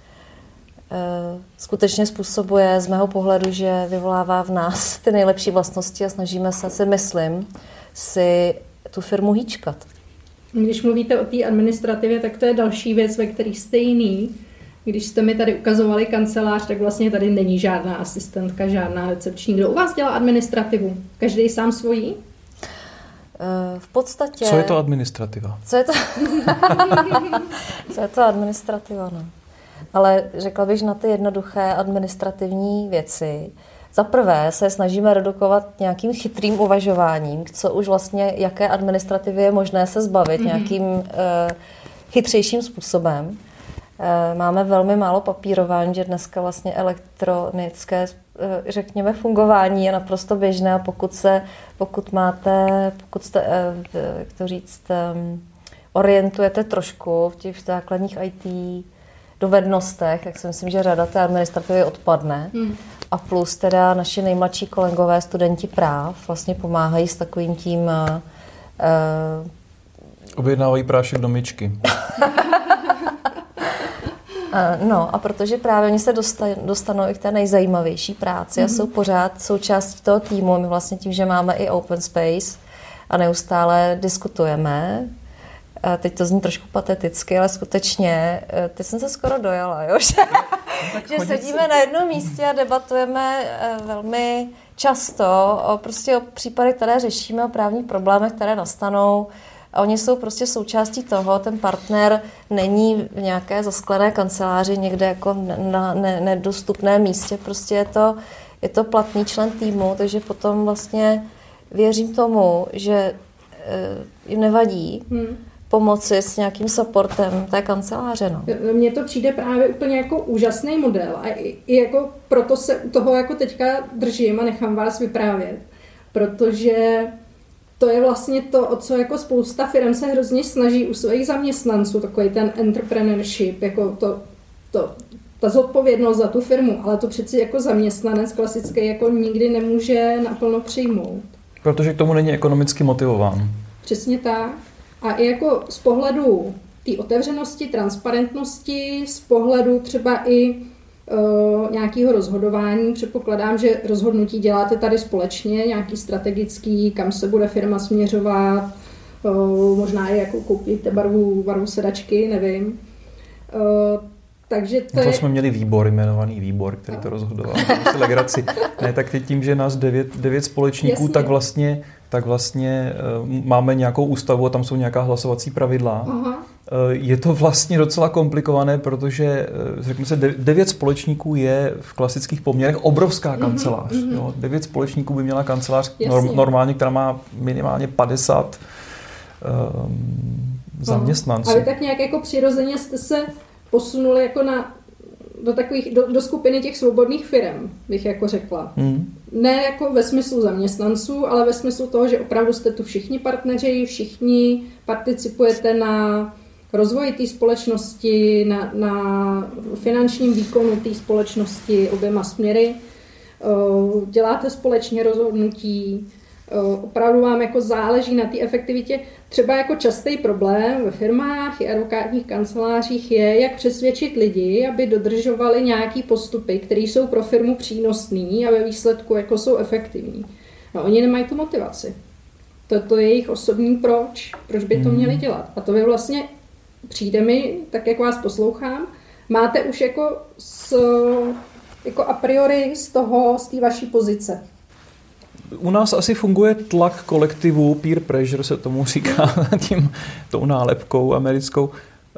C: skutečně způsobuje z mého pohledu, že vyvolává v nás ty nejlepší vlastnosti a snažíme se, si myslím, si tu firmu hýčkat.
A: Když mluvíte o té administrativě, tak to je další věc, ve které jste jiný. Když jste mi tady ukazovali kancelář, tak vlastně tady není žádná asistentka, žádná recepční. Kdo u vás dělá administrativu? Každý sám svojí?
C: V podstatě...
B: Co je to administrativa?
C: Co je to, Co je to administrativa, no? Ale řekla bych, že na ty jednoduché administrativní věci. Za prvé se snažíme redukovat nějakým chytrým uvažováním, co už vlastně, jaké administrativy je možné se zbavit mm-hmm. nějakým uh, chytřejším způsobem. Uh, máme velmi málo papírování, že dneska vlastně elektronické, uh, řekněme, fungování je naprosto běžné a pokud se, pokud máte, pokud jste, uh, jak to říct, um, orientujete trošku v těch základních í té dovednostech, tak si myslím, že řada té administrativy odpadne. Hmm. A plus teda naši nejmladší kolegové, studenti práv, vlastně pomáhají s takovým tím... Uh,
B: Objednávají prášek do myčky.
C: uh, no a protože právě oni se dostanou, dostanou i k té nejzajímavější práci hmm. a jsou pořád součástí toho týmu. My vlastně tím, že máme i open space a neustále diskutujeme. Teď to zní trošku pateticky, ale skutečně, teď jsem se skoro dojala, jo? že, že sedíme na jednom místě a debatujeme velmi často o, prostě o případech, které řešíme, o právních problémech, které nastanou. A oni jsou prostě součástí toho, ten partner není v nějaké zasklené kanceláři někde jako na ne, nedostupném místě, prostě je to, je to platný člen týmu, takže potom vlastně věřím tomu, že jim nevadí, hmm. pomoci s nějakým supportem té kanceláře. No.
A: Mně to přijde právě úplně jako úžasný model a i, i jako proto se u toho jako teďka držím a nechám vás vyprávět, protože to je vlastně to, o co jako spousta firm se hrozně snaží u svých zaměstnanců, takový ten entrepreneurship, jako to, to, ta zodpovědnost za tu firmu, ale to přeci jako zaměstnanec klasický jako nikdy nemůže naplno přijmout.
B: Protože k tomu není ekonomicky motivován.
A: Přesně tak. A i jako z pohledu té otevřenosti, transparentnosti, z pohledu třeba i uh, nějakého rozhodování, předpokládám, že rozhodnutí děláte tady společně, nějaký strategický, kam se bude firma směřovat, uh, možná i jako koupíte barvu, barvu sedačky, nevím. Uh, takže to,
B: to
A: je...
B: jsme měli výbor, jmenovaný výbor, který to rozhodoval. legraci. Ne, tak teď tím, že nás devět, devět společníků, Jasně. tak vlastně, tak vlastně uh, máme nějakou ústavu a tam jsou nějaká hlasovací pravidla. Aha. Uh, je to vlastně docela komplikované, protože uh, řekněme se, devět společníků je v klasických poměrech obrovská kancelář. Mm-hmm. Jo? Devět společníků by měla kancelář norm, normálně, která má minimálně padesát um, zaměstnanců.
A: A vy tak nějak jako přirozeně jste se posunuli jako na, do, takových, do, do skupiny těch svobodných firem, bych jako řekla. Hmm. Ne jako ve smyslu zaměstnanců, ale ve smyslu toho, že opravdu jste tu všichni partneři, všichni participujete na rozvoji té společnosti, na, na finančním výkonu té společnosti oběma směry. Děláte společně rozhodnutí, opravdu vám jako záleží na té efektivitě. Třeba jako častý problém ve firmách i advokátních kancelářích je, jak přesvědčit lidi, aby dodržovali nějaký postupy, které jsou pro firmu přínosný a ve výsledku jako jsou efektivní. A oni nemají tu motivaci. To, to je jejich osobní proč, proč by to měli dělat. A to vy vlastně přijde mi, tak jak vás poslouchám, máte už jako, s, jako a priori z toho, z té vaší pozice.
B: U nás asi funguje tlak kolektivu, peer pressure se tomu říká tím, tou nálepkou americkou.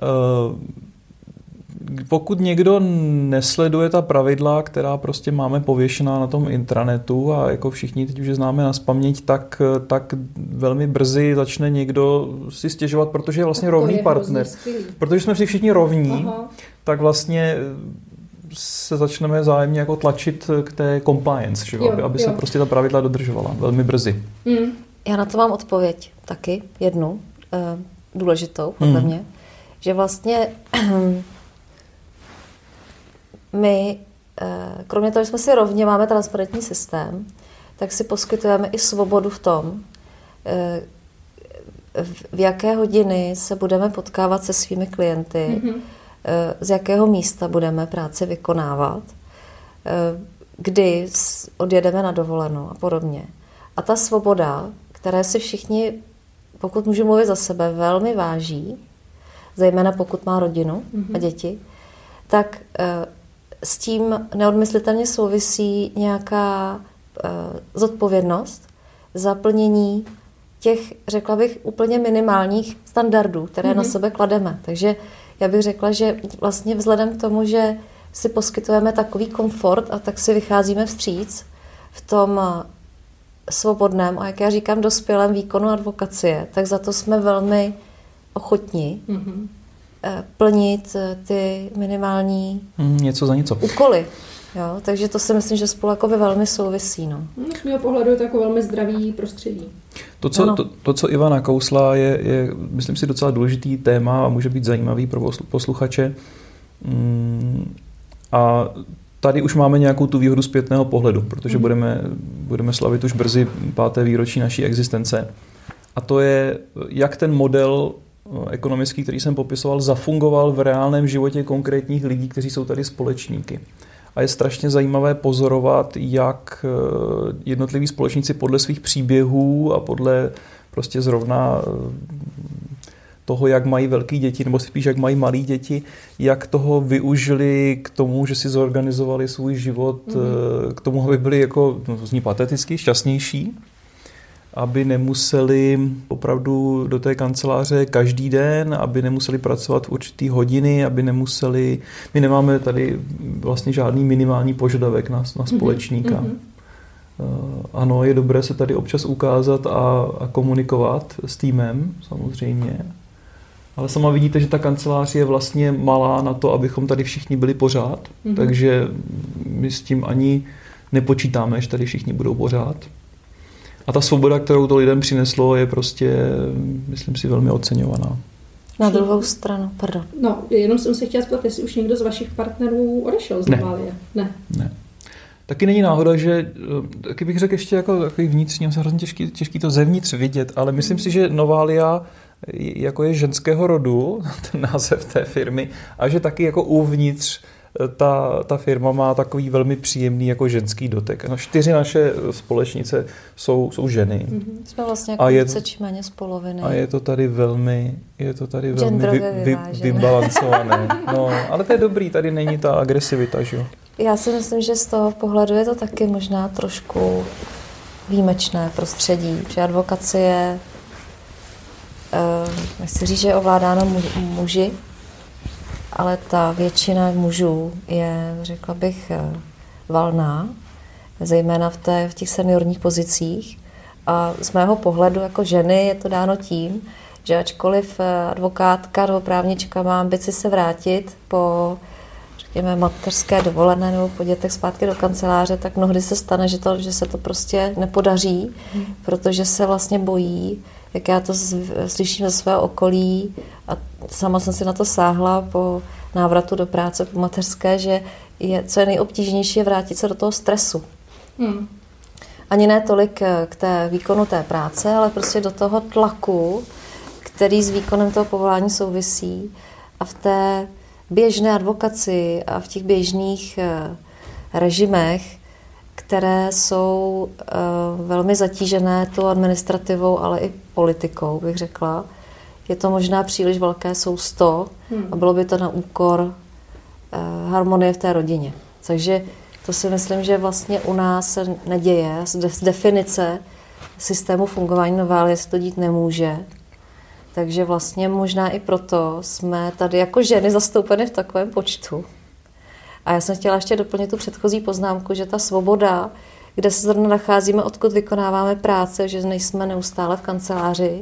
B: Pokud někdo nesleduje ta pravidla, která prostě máme pověšená na tom intranetu a jako všichni teď už je známe nazpaměť, tak, tak velmi brzy začne někdo si stěžovat, protože je vlastně rovný je partner. Protože jsme si všichni rovní, Aha. tak vlastně se začneme zájemně jako tlačit k té compliance, že?
A: Jo,
B: aby, aby
A: jo.
B: se prostě ta pravidla dodržovala velmi brzy.
A: Mm.
C: Já na to mám odpověď taky, jednu, e, důležitou podle
B: Mm.
C: mě, že vlastně my, e, kromě toho, že jsme si rovně máme transparentní systém, tak si poskytujeme i svobodu v tom, e, v jaké hodiny se budeme potkávat se svými klienty, mm-hmm. z jakého místa budeme práci vykonávat, kdy odjedeme na dovolenou a podobně. A ta svoboda, které si všichni, pokud můžu mluvit za sebe, velmi váží, zejména pokud má rodinu mm-hmm. a děti, tak s tím neodmyslitelně souvisí nějaká zodpovědnost za plnění těch, řekla bych, úplně minimálních standardů, které mm-hmm. na sebe klademe. Takže já bych řekla, že vlastně vzhledem k tomu, že si poskytujeme takový komfort a tak si vycházíme vstříc v tom svobodném a jak já říkám dospělém výkonu advokacie, tak za to jsme velmi ochotní mm-hmm. plnit ty minimální
B: mm, něco za něco.
C: úkoly. Jo, takže to si myslím, že spolu jako velmi souvisí. No.
A: Z mého pohledu je to jako velmi zdravý prostředí.
B: To, co, to, to, co Iva nakousla, je, je, myslím si, docela důležitý téma a může být zajímavý pro posluchače. Mm, a tady už máme nějakou tu výhodu zpětného pohledu, protože mm. budeme, budeme slavit už brzy páté výročí naší existence. A to je, jak ten model ekonomický, který jsem popisoval, zafungoval v reálném životě konkrétních lidí, kteří jsou tady společníky. A je strašně zajímavé pozorovat, jak jednotliví společníci podle svých příběhů a podle prostě zrovna toho, jak mají velké děti, nebo spíš jak mají malé děti, jak toho využili k tomu, že si zorganizovali svůj život, mm-hmm. k tomu, aby byli jako, no, zní pateticky, šťastnější, aby nemuseli opravdu do té kanceláře každý den, aby nemuseli pracovat v určitý hodiny, aby nemuseli... My nemáme tady vlastně žádný minimální požadavek na, na společníka. Mm-hmm. Uh, ano, je dobré se tady občas ukázat a, a komunikovat s týmem, samozřejmě. Ale sama vidíte, že ta kancelář je vlastně malá na to, abychom tady všichni byli pořád. Mm-hmm. Takže my s tím ani nepočítáme, že tady všichni budou pořád. A ta svoboda, kterou to lidem přineslo, je prostě, myslím si, velmi oceňovaná.
C: Na druhou stranu, pardon.
A: No, jenom jsem se chtěla zeptat, jestli už někdo z vašich partnerů odešel z Noválie.
B: Ne. Ne. Taky není náhoda, že, taky bych řekl ještě jako takový vnitřní, se hrozně těžký, těžký to zevnitř vidět, ale myslím si, že Novália jako je ženského rodu, ten název té firmy, a že taky jako uvnitř Ta, ta firma má takový velmi příjemný jako ženský dotek. No, čtyři naše společnice jsou, jsou ženy.
C: Mm-hmm. Jsme vlastně jako více či méně z poloviny.
B: A je to tady velmi, je to tady velmi vy, vy, vybalancované. No, ale to je dobrý, tady není ta agresivita, že jo? Já
C: si myslím, že z toho pohledu je to taky možná trošku výjimečné prostředí, že advokacie, uh, nechci říct, že je ovládáno muži, ale ta většina mužů je, řekla bych, valná, zejména v, té, v těch seniorních pozicích. A z mého pohledu jako ženy je to dáno tím, že ačkoliv advokátka nebo právnička má ambici se vrátit po, řekněme, mateřské dovolené nebo po dětech zpátky do kanceláře, tak mnohdy se stane, že, to, že se to prostě nepodaří, hmm. protože se vlastně bojí, jak já to slyším ze svého okolí a sama jsem si na to sáhla po návratu do práce po mateřské, že je, co je nejobtížnější, je vrátit se do toho stresu. Hmm. Ani ne tolik k té výkonu té práce, ale prostě do toho tlaku, který s výkonem toho povolání souvisí. A v té běžné advokaci a v těch běžných režimech, které jsou uh, velmi zatížené tou administrativou, ale i politikou, bych řekla. Je to možná příliš velké sousto hmm. a bylo by to na úkor uh, harmonie v té rodině. Takže to si myslím, že vlastně u nás se neděje. Z definice systému fungování Noválie se to dít nemůže. Takže vlastně možná i proto jsme tady jako ženy zastoupeny v takovém počtu. A já jsem chtěla ještě doplnit tu předchozí poznámku, že ta svoboda, kde se zrovna nacházíme, odkud vykonáváme práce, že nejsme neustále v kanceláři,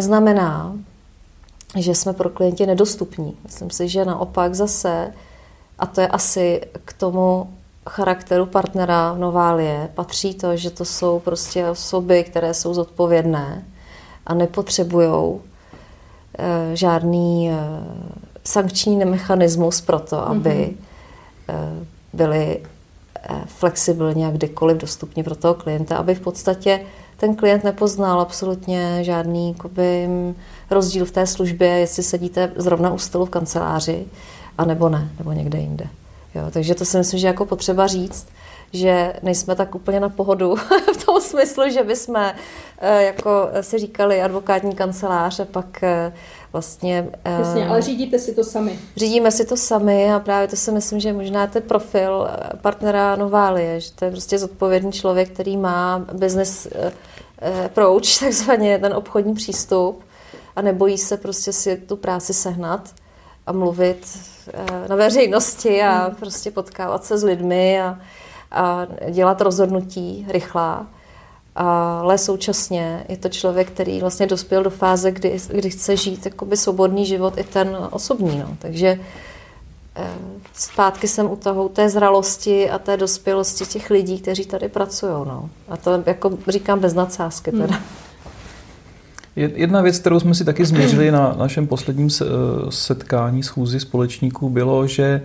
C: neznamená, že jsme pro klienty nedostupní. Myslím si, že naopak zase A to je asi k tomu charakteru partnera v Noválie patří to, že to jsou prostě osoby, které jsou zodpovědné a nepotřebujou e, žádný e, sankční mechanismus pro to, aby mm-hmm. e, byli e, flexibilně a kdykoliv dostupní pro toho klienta, aby v podstatě ten klient nepoznal absolutně žádný jakoby, rozdíl v té službě, jestli sedíte zrovna u stolu v kanceláři, a nebo ne, nebo někde jinde. Jo, takže to si myslím, že jako potřeba říct, že nejsme tak úplně na pohodu v tom smyslu, že bychom jako si říkali advokátní kancelář a pak vlastně...
A: Jasně, ale řídíte si to sami.
C: Řídíme si to sami a právě to si myslím, že možná ten profil partnera Noválie, že to je prostě zodpovědný člověk, který má business approach, takzvaně ten obchodní přístup a nebojí se prostě si tu práci sehnat a mluvit na veřejnosti a prostě potkávat se s lidmi a, a dělat rozhodnutí rychlá. Ale současně je to člověk, který vlastně dospěl do fáze, kdy, kdy chce žít jakoby svobodný život i ten osobní. No. Takže zpátky jsem u toho, té zralosti a té dospělosti těch lidí, kteří tady pracují. No. A to jako říkám bez nadsázky teda. Hmm.
B: Jedna věc, kterou jsme si taky změřili na našem posledním setkání schůzi společníků, bylo, že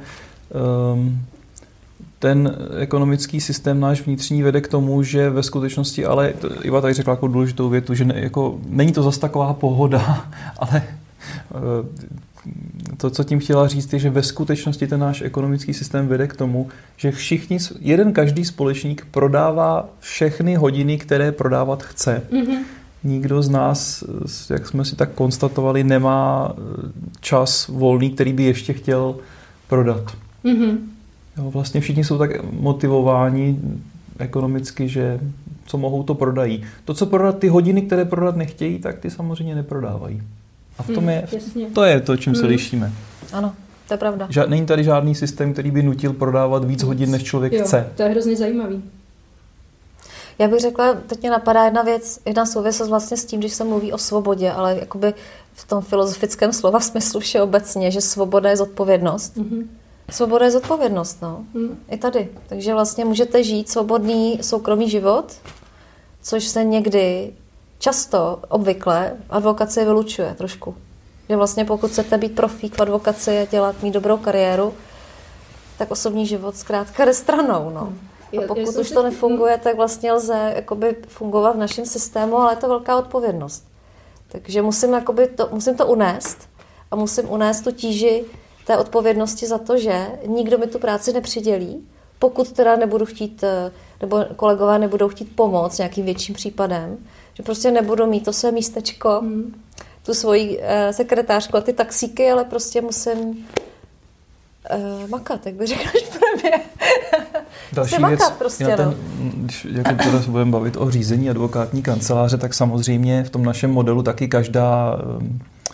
B: ten ekonomický systém náš vnitřní vede k tomu, že ve skutečnosti, ale Iva tady řekla jako důležitou větu, že ne, jako, není to zas taková pohoda, ale to, co tím chtěla říct, je, že ve skutečnosti ten náš ekonomický systém vede k tomu, že všichni, jeden každý společník prodává všechny hodiny, které prodávat chce. Mm-hmm. Nikdo z nás, jak jsme si tak konstatovali, nemá čas volný, který by ještě chtěl prodat. Mm-hmm. Jo, vlastně všichni jsou tak motivováni ekonomicky, že co mohou, to prodají. To, co prodat, ty hodiny, které prodat nechtějí, tak ty samozřejmě neprodávají. A v tom je, mm, to je to, čím mm. se lišíme.
C: Ano, to je pravda.
B: Ža- není tady žádný systém, který by nutil prodávat víc hodin, než člověk
A: jo,
B: chce.
A: To je hrozně zajímavý.
C: Já bych řekla, teď mě napadá jedna věc, jedna souvislost vlastně s tím, když se mluví o svobodě, ale jakoby v tom filozofickém slova smyslu všeobecně, že svoboda je zodpovědnost. Mm-hmm. Svoboda je zodpovědnost, no. Mm. I tady. Takže vlastně můžete žít svobodný soukromý život, což se někdy, často, obvykle, advokacie vylučuje trošku. Že vlastně pokud chcete být profík v advokaci a dělat, mít dobrou kariéru, tak osobní život zkrátka jde stranou, no. Mm. A pokud už to nefunguje, tak vlastně lze jakoby fungovat v našem systému, ale je to velká odpovědnost. Takže musím, jakoby to, musím to unést a musím unést tu tíži té odpovědnosti za to, že nikdo mi tu práci nepřidělí, pokud teda nebudu chtít, nebo kolegové nebudou chtít pomoct nějakým větším případem, že prostě nebudu mít to své místečko, hmm. tu svoji eh, sekretářku a ty taxíky, ale prostě musím Uh, makat, jak by řekla šprávě.
B: Další věc, makat prostě, ten, no. Když jako teda se budeme bavit o řízení advokátní kanceláře, tak samozřejmě v tom našem modelu taky každá, uh,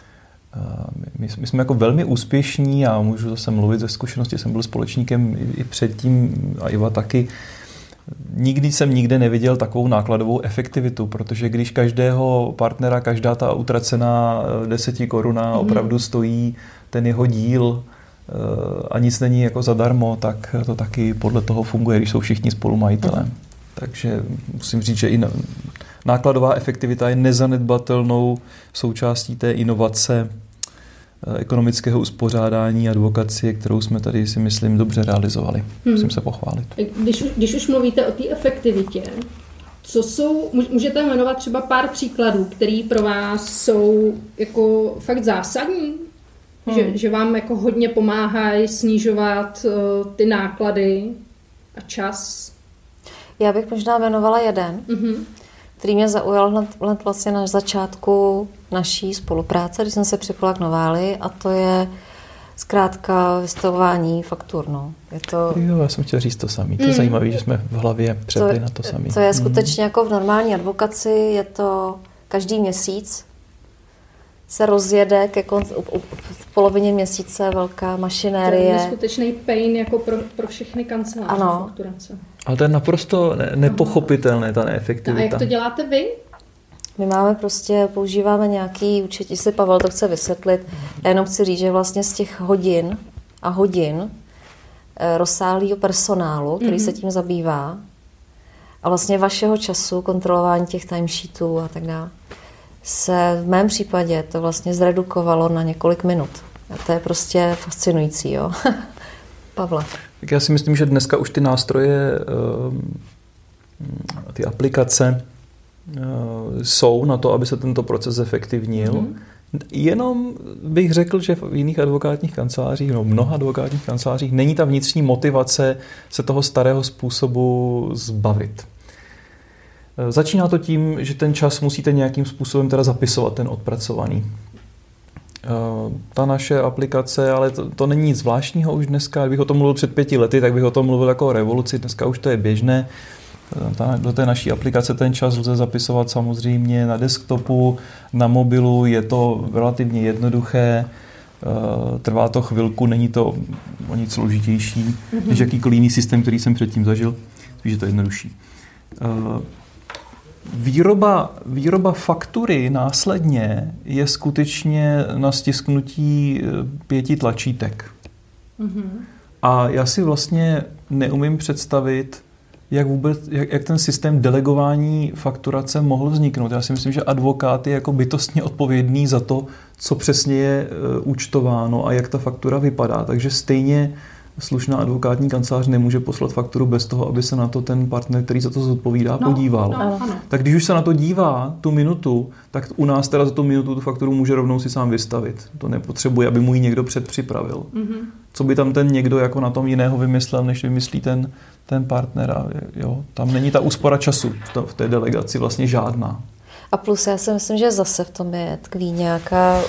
B: my, my jsme jako velmi úspěšní a můžu zase mluvit ze zkušenosti, jsem byl společníkem i, i předtím a Iva taky. Nikdy jsem nikde neviděl takovou nákladovou efektivitu, protože když každého partnera, každá ta utracená deseti koruna mm. opravdu stojí ten jeho díl, a nic není jako zadarmo, tak to taky podle toho funguje, když jsou všichni spolumajitelé. Mm. Takže musím říct, že i nákladová efektivita je nezanedbatelnou součástí té inovace ekonomického uspořádání advokacie, kterou jsme tady, si myslím, dobře realizovali. Hmm. Musím se pochválit. Když,
A: když už mluvíte o té efektivitě, co jsou, můžete jmenovat třeba pár příkladů, které pro vás jsou jako fakt zásadní? Hmm. Že, že vám jako hodně pomáhají snižovat uh, ty náklady a čas?
C: Já bych možná jmenovala jeden, mm-hmm. který mě zaujal hned, hned vlastně na začátku naší spolupráce, když jsem se připojila k Noválii, a to je zkrátka vystavování faktur. No. Je to...
B: Jo, já jsem chtěla říct to samé. To je mm. zajímavé, že jsme v hlavě přepli na to samé.
C: To je skutečně mm. jako v normální advokaci, je to každý měsíc se rozjede ke konci, v polovině měsíce velká mašinérie.
A: To je skutečný pain jako pro, pro všechny kanceláře.
C: Ano.
A: Fakturace.
B: Ale to je naprosto ne- nepochopitelné, ta neefektivita.
A: A jak to děláte vy?
C: My máme prostě, používáme nějaký účet, jestli Pavel to chce vysvětlit. Já jenom chci říct, že vlastně z těch hodin a hodin rozsáhlého personálu, který mm-hmm. se tím zabývá a vlastně vašeho času, kontrolování těch timesheetů a tak dále, se v mém případě to vlastně zredukovalo na několik minut. A to je prostě fascinující, jo. Pavle.
B: Tak já si myslím, že dneska už ty nástroje, ty aplikace jsou na to, aby se tento proces zefektivnil. Mm-hmm. Jenom bych řekl, že v jiných advokátních kancelářích, no mnoha advokátních kancelářích není ta vnitřní motivace se toho starého způsobu zbavit. Začíná to tím, že ten čas musíte nějakým způsobem teda zapisovat, ten odpracovaný. Ta naše aplikace, ale to, to není nic zvláštního už dneska. Kdybych o tom mluvil před pěti lety, tak bych o tom mluvil jako o revoluci. Dneska už to je běžné. Do té naší aplikace ten čas lze zapisovat samozřejmě na desktopu, na mobilu, je to relativně jednoduché, trvá to chvilku, není to o nic složitější, mm-hmm. než jakýkoliv jiný systém, který jsem předtím zažil, spíš je to jednodušší. Výroba, výroba faktury následně je skutečně na stisknutí pěti tlačítek. Mm-hmm. A já si vlastně neumím představit, Jak, vůbec, jak, jak ten systém delegování fakturace mohl vzniknout. Já si myslím, že advokát je jako bytostně odpovědný za to, co přesně je e, účtováno a jak ta faktura vypadá. Takže stejně slušná advokátní kancelář nemůže poslat fakturu bez toho, aby se na to ten partner, který za to zodpovídá, no, podíval. No, ano. Tak když už se na to dívá tu minutu, tak u nás teda za tu minutu tu fakturu může rovnou si sám vystavit. To nepotřebuje, aby mu ji někdo předpřipravil. Mm-hmm. Co by tam ten někdo jako na tom jiného vymyslel, než vymyslí ten, ten partner. A jo, tam není ta úspora času v té delegaci vlastně žádná.
C: A plus já si myslím, že zase v tom je tkví nějaká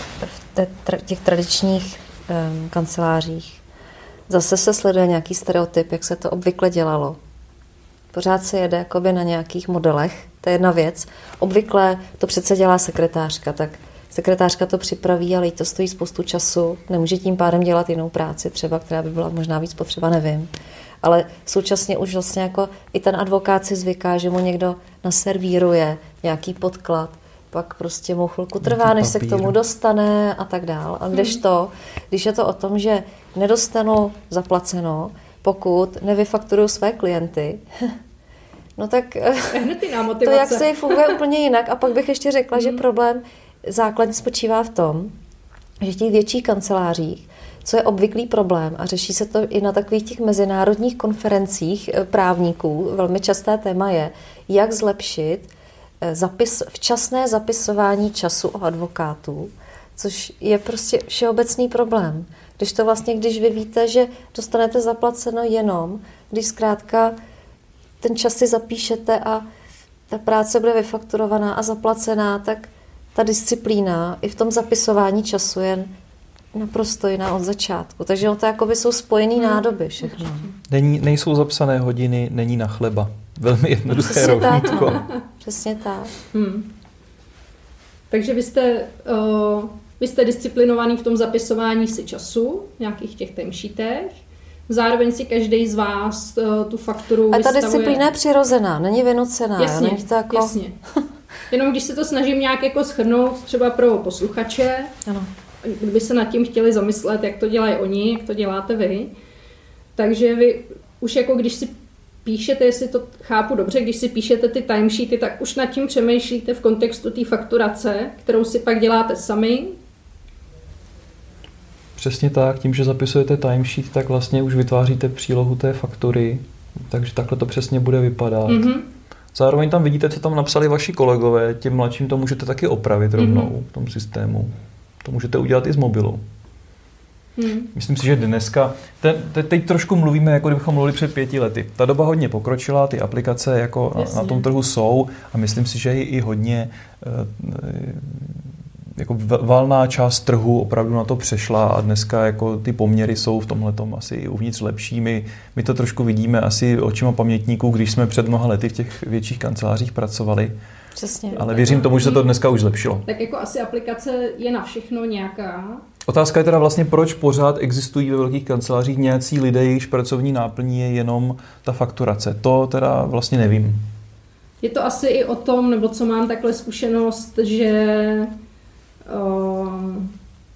C: v těch tradičních um, kancelářích. Zase se sleduje nějaký stereotyp, jak se to obvykle dělalo. Pořád se jede jakoby na nějakých modelech, to je jedna věc. Obvykle to přece dělá sekretářka, tak sekretářka to připraví, ale jí to stojí spoustu času, nemůže tím pádem dělat jinou práci třeba, která by byla možná víc potřeba, nevím. Ale současně už vlastně jako i ten advokát si zvyká, že mu někdo naservíruje nějaký podklad, pak prostě mu chvilku trvá, než se k tomu dostane a tak dál. A kdežto, když je to o tom, že nedostanu zaplaceno, pokud nevyfakturuju své klienty, no tak to jak se funguje úplně jinak. A pak bych ještě řekla, že problém základně spočívá v tom, že v těch větších kancelářích, co je obvyklý problém, a řeší se to i na takových těch mezinárodních konferencích právníků, velmi časté téma je, jak zlepšit zapis, včasné zapisování času o advokátů, což je prostě všeobecný problém. Když to vlastně, když vy víte, že dostanete zaplaceno jenom, když zkrátka ten čas si zapíšete a ta práce bude vyfakturovaná a zaplacená, tak ta disciplína i v tom zapisování času je naprosto jiná od začátku. Takže to jakoby jsou spojený nádoby všechno.
B: Není, nejsou zapsané hodiny, není na chleba. Velmi jednoduché rovnítko.
C: Tak, no. Přesně tak.
A: Hmm. Takže vy jste, uh, vy jste disciplinovaný v tom zapisování si času, nějakých těch timesheetech. Zároveň si každý z vás uh, tu fakturu
C: a
A: vystavuje.
C: A ta disciplína je přirozená, není vynucená.
A: Jasně,
C: není to jako...
A: jasně. Jenom když se to snažím nějak jako shrnout třeba pro posluchače,
C: ano.
A: Kdyby se nad tím chtěli zamyslet, jak to dělají oni, jak to děláte vy. Takže vy už jako když si píšete, jestli to chápu dobře, když si píšete ty timesheety, tak už nad tím přemýšlíte v kontextu té fakturace, kterou si pak děláte sami.
B: Přesně tak, tím, že zapisujete timesheet, tak vlastně už vytváříte přílohu té faktury, takže takhle to přesně bude vypadat. Mm-hmm. Zároveň tam vidíte, co tam napsali vaši kolegové, těm mladším to můžete taky opravit rovnou mm-hmm. v tom systému. To můžete udělat i z mobilu. Hmm. Myslím si, že dneska, te, te, teď trošku mluvíme, jako kdybychom mluvili před pěti lety. Ta doba hodně pokročila, ty aplikace jako na, na tom trhu jsou a myslím si, že je i hodně jako valná část trhu opravdu na to přešla a dneska jako ty poměry jsou v tomhletom asi i uvnitř lepší. My, my to trošku vidíme asi očima pamětníků, když jsme před mnoha lety v těch větších kancelářích pracovali.
C: Přesně.
B: Ale věřím tomu, že se to dneska už zlepšilo.
A: Tak jako asi aplikace je na všechno nějaká.
B: Otázka je teda vlastně, proč pořád existují ve velkých kancelářích nějací lidé, jejichž pracovní náplní je jenom ta fakturace. To teda vlastně nevím.
A: Je to asi i o tom, nebo co mám takhle zkušenost, že... Uh,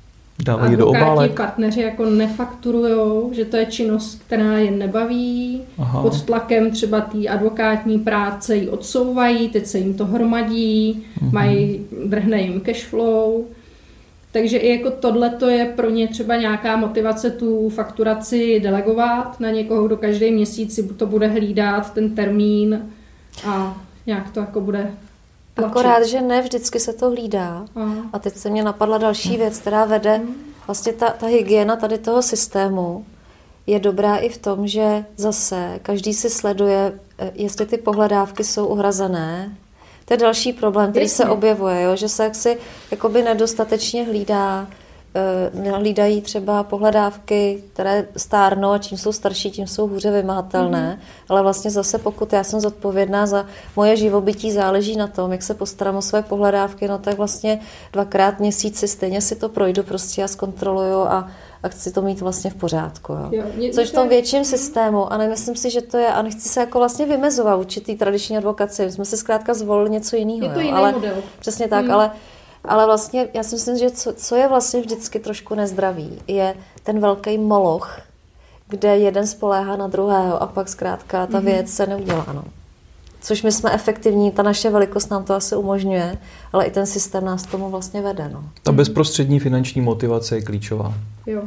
B: Dávají do obálek.
A: Partneři jako nefakturujou, že to je činnost, která je nebaví. Aha. Pod tlakem třeba té advokátní práce ji odsouvají, teď se jim to hromadí, mhm. mají, vrhne jim cash flow. Takže i jako tohleto je pro ně třeba nějaká motivace tu fakturaci delegovat na někoho, kdo každý měsíc si to bude hlídat, ten termín a nějak to jako bude tlačit.
C: Akorát, že ne vždycky se to hlídá. Aha. A teď se mě napadla další věc, která vede, vlastně ta, ta hygiena tady toho systému je dobrá i v tom, že zase každý si sleduje, jestli ty pohledávky jsou uhrazené. To je další problém, který Jasně. se objevuje, jo? Že se jaksi jakoby nedostatečně hlídá, hlídají třeba pohledávky, které stárnou a čím jsou starší, tím jsou hůře vymahatelné, mm-hmm. ale vlastně zase pokud já jsem zodpovědná za moje živobytí, záleží na tom, jak se postarám o své pohledávky, no tak vlastně dvakrát měsíci stejně si to projdu prostě a zkontroluju a, a chci to mít vlastně v pořádku. Jo? Jo, mě, Což v tom větším systému, a nemyslím si, že to je, a nechci se jako vlastně vymezovat určitý tradiční advokaci, my jsme si zkrátka zvolili něco jiného.
A: Je to
C: jo?
A: jiný
C: ale,
A: model.
C: Přesně tak, mm. ale Ale vlastně já si myslím, že co, co je vlastně vždycky trošku nezdravý, je ten velký moloch, kde jeden spoléhá na druhého a pak zkrátka ta věc se neudělá. No. Což my jsme efektivní, ta naše velikost nám to asi umožňuje, ale i ten systém nás tomu vlastně vede. No.
B: Ta bezprostřední finanční motivace je klíčová.
A: Jo.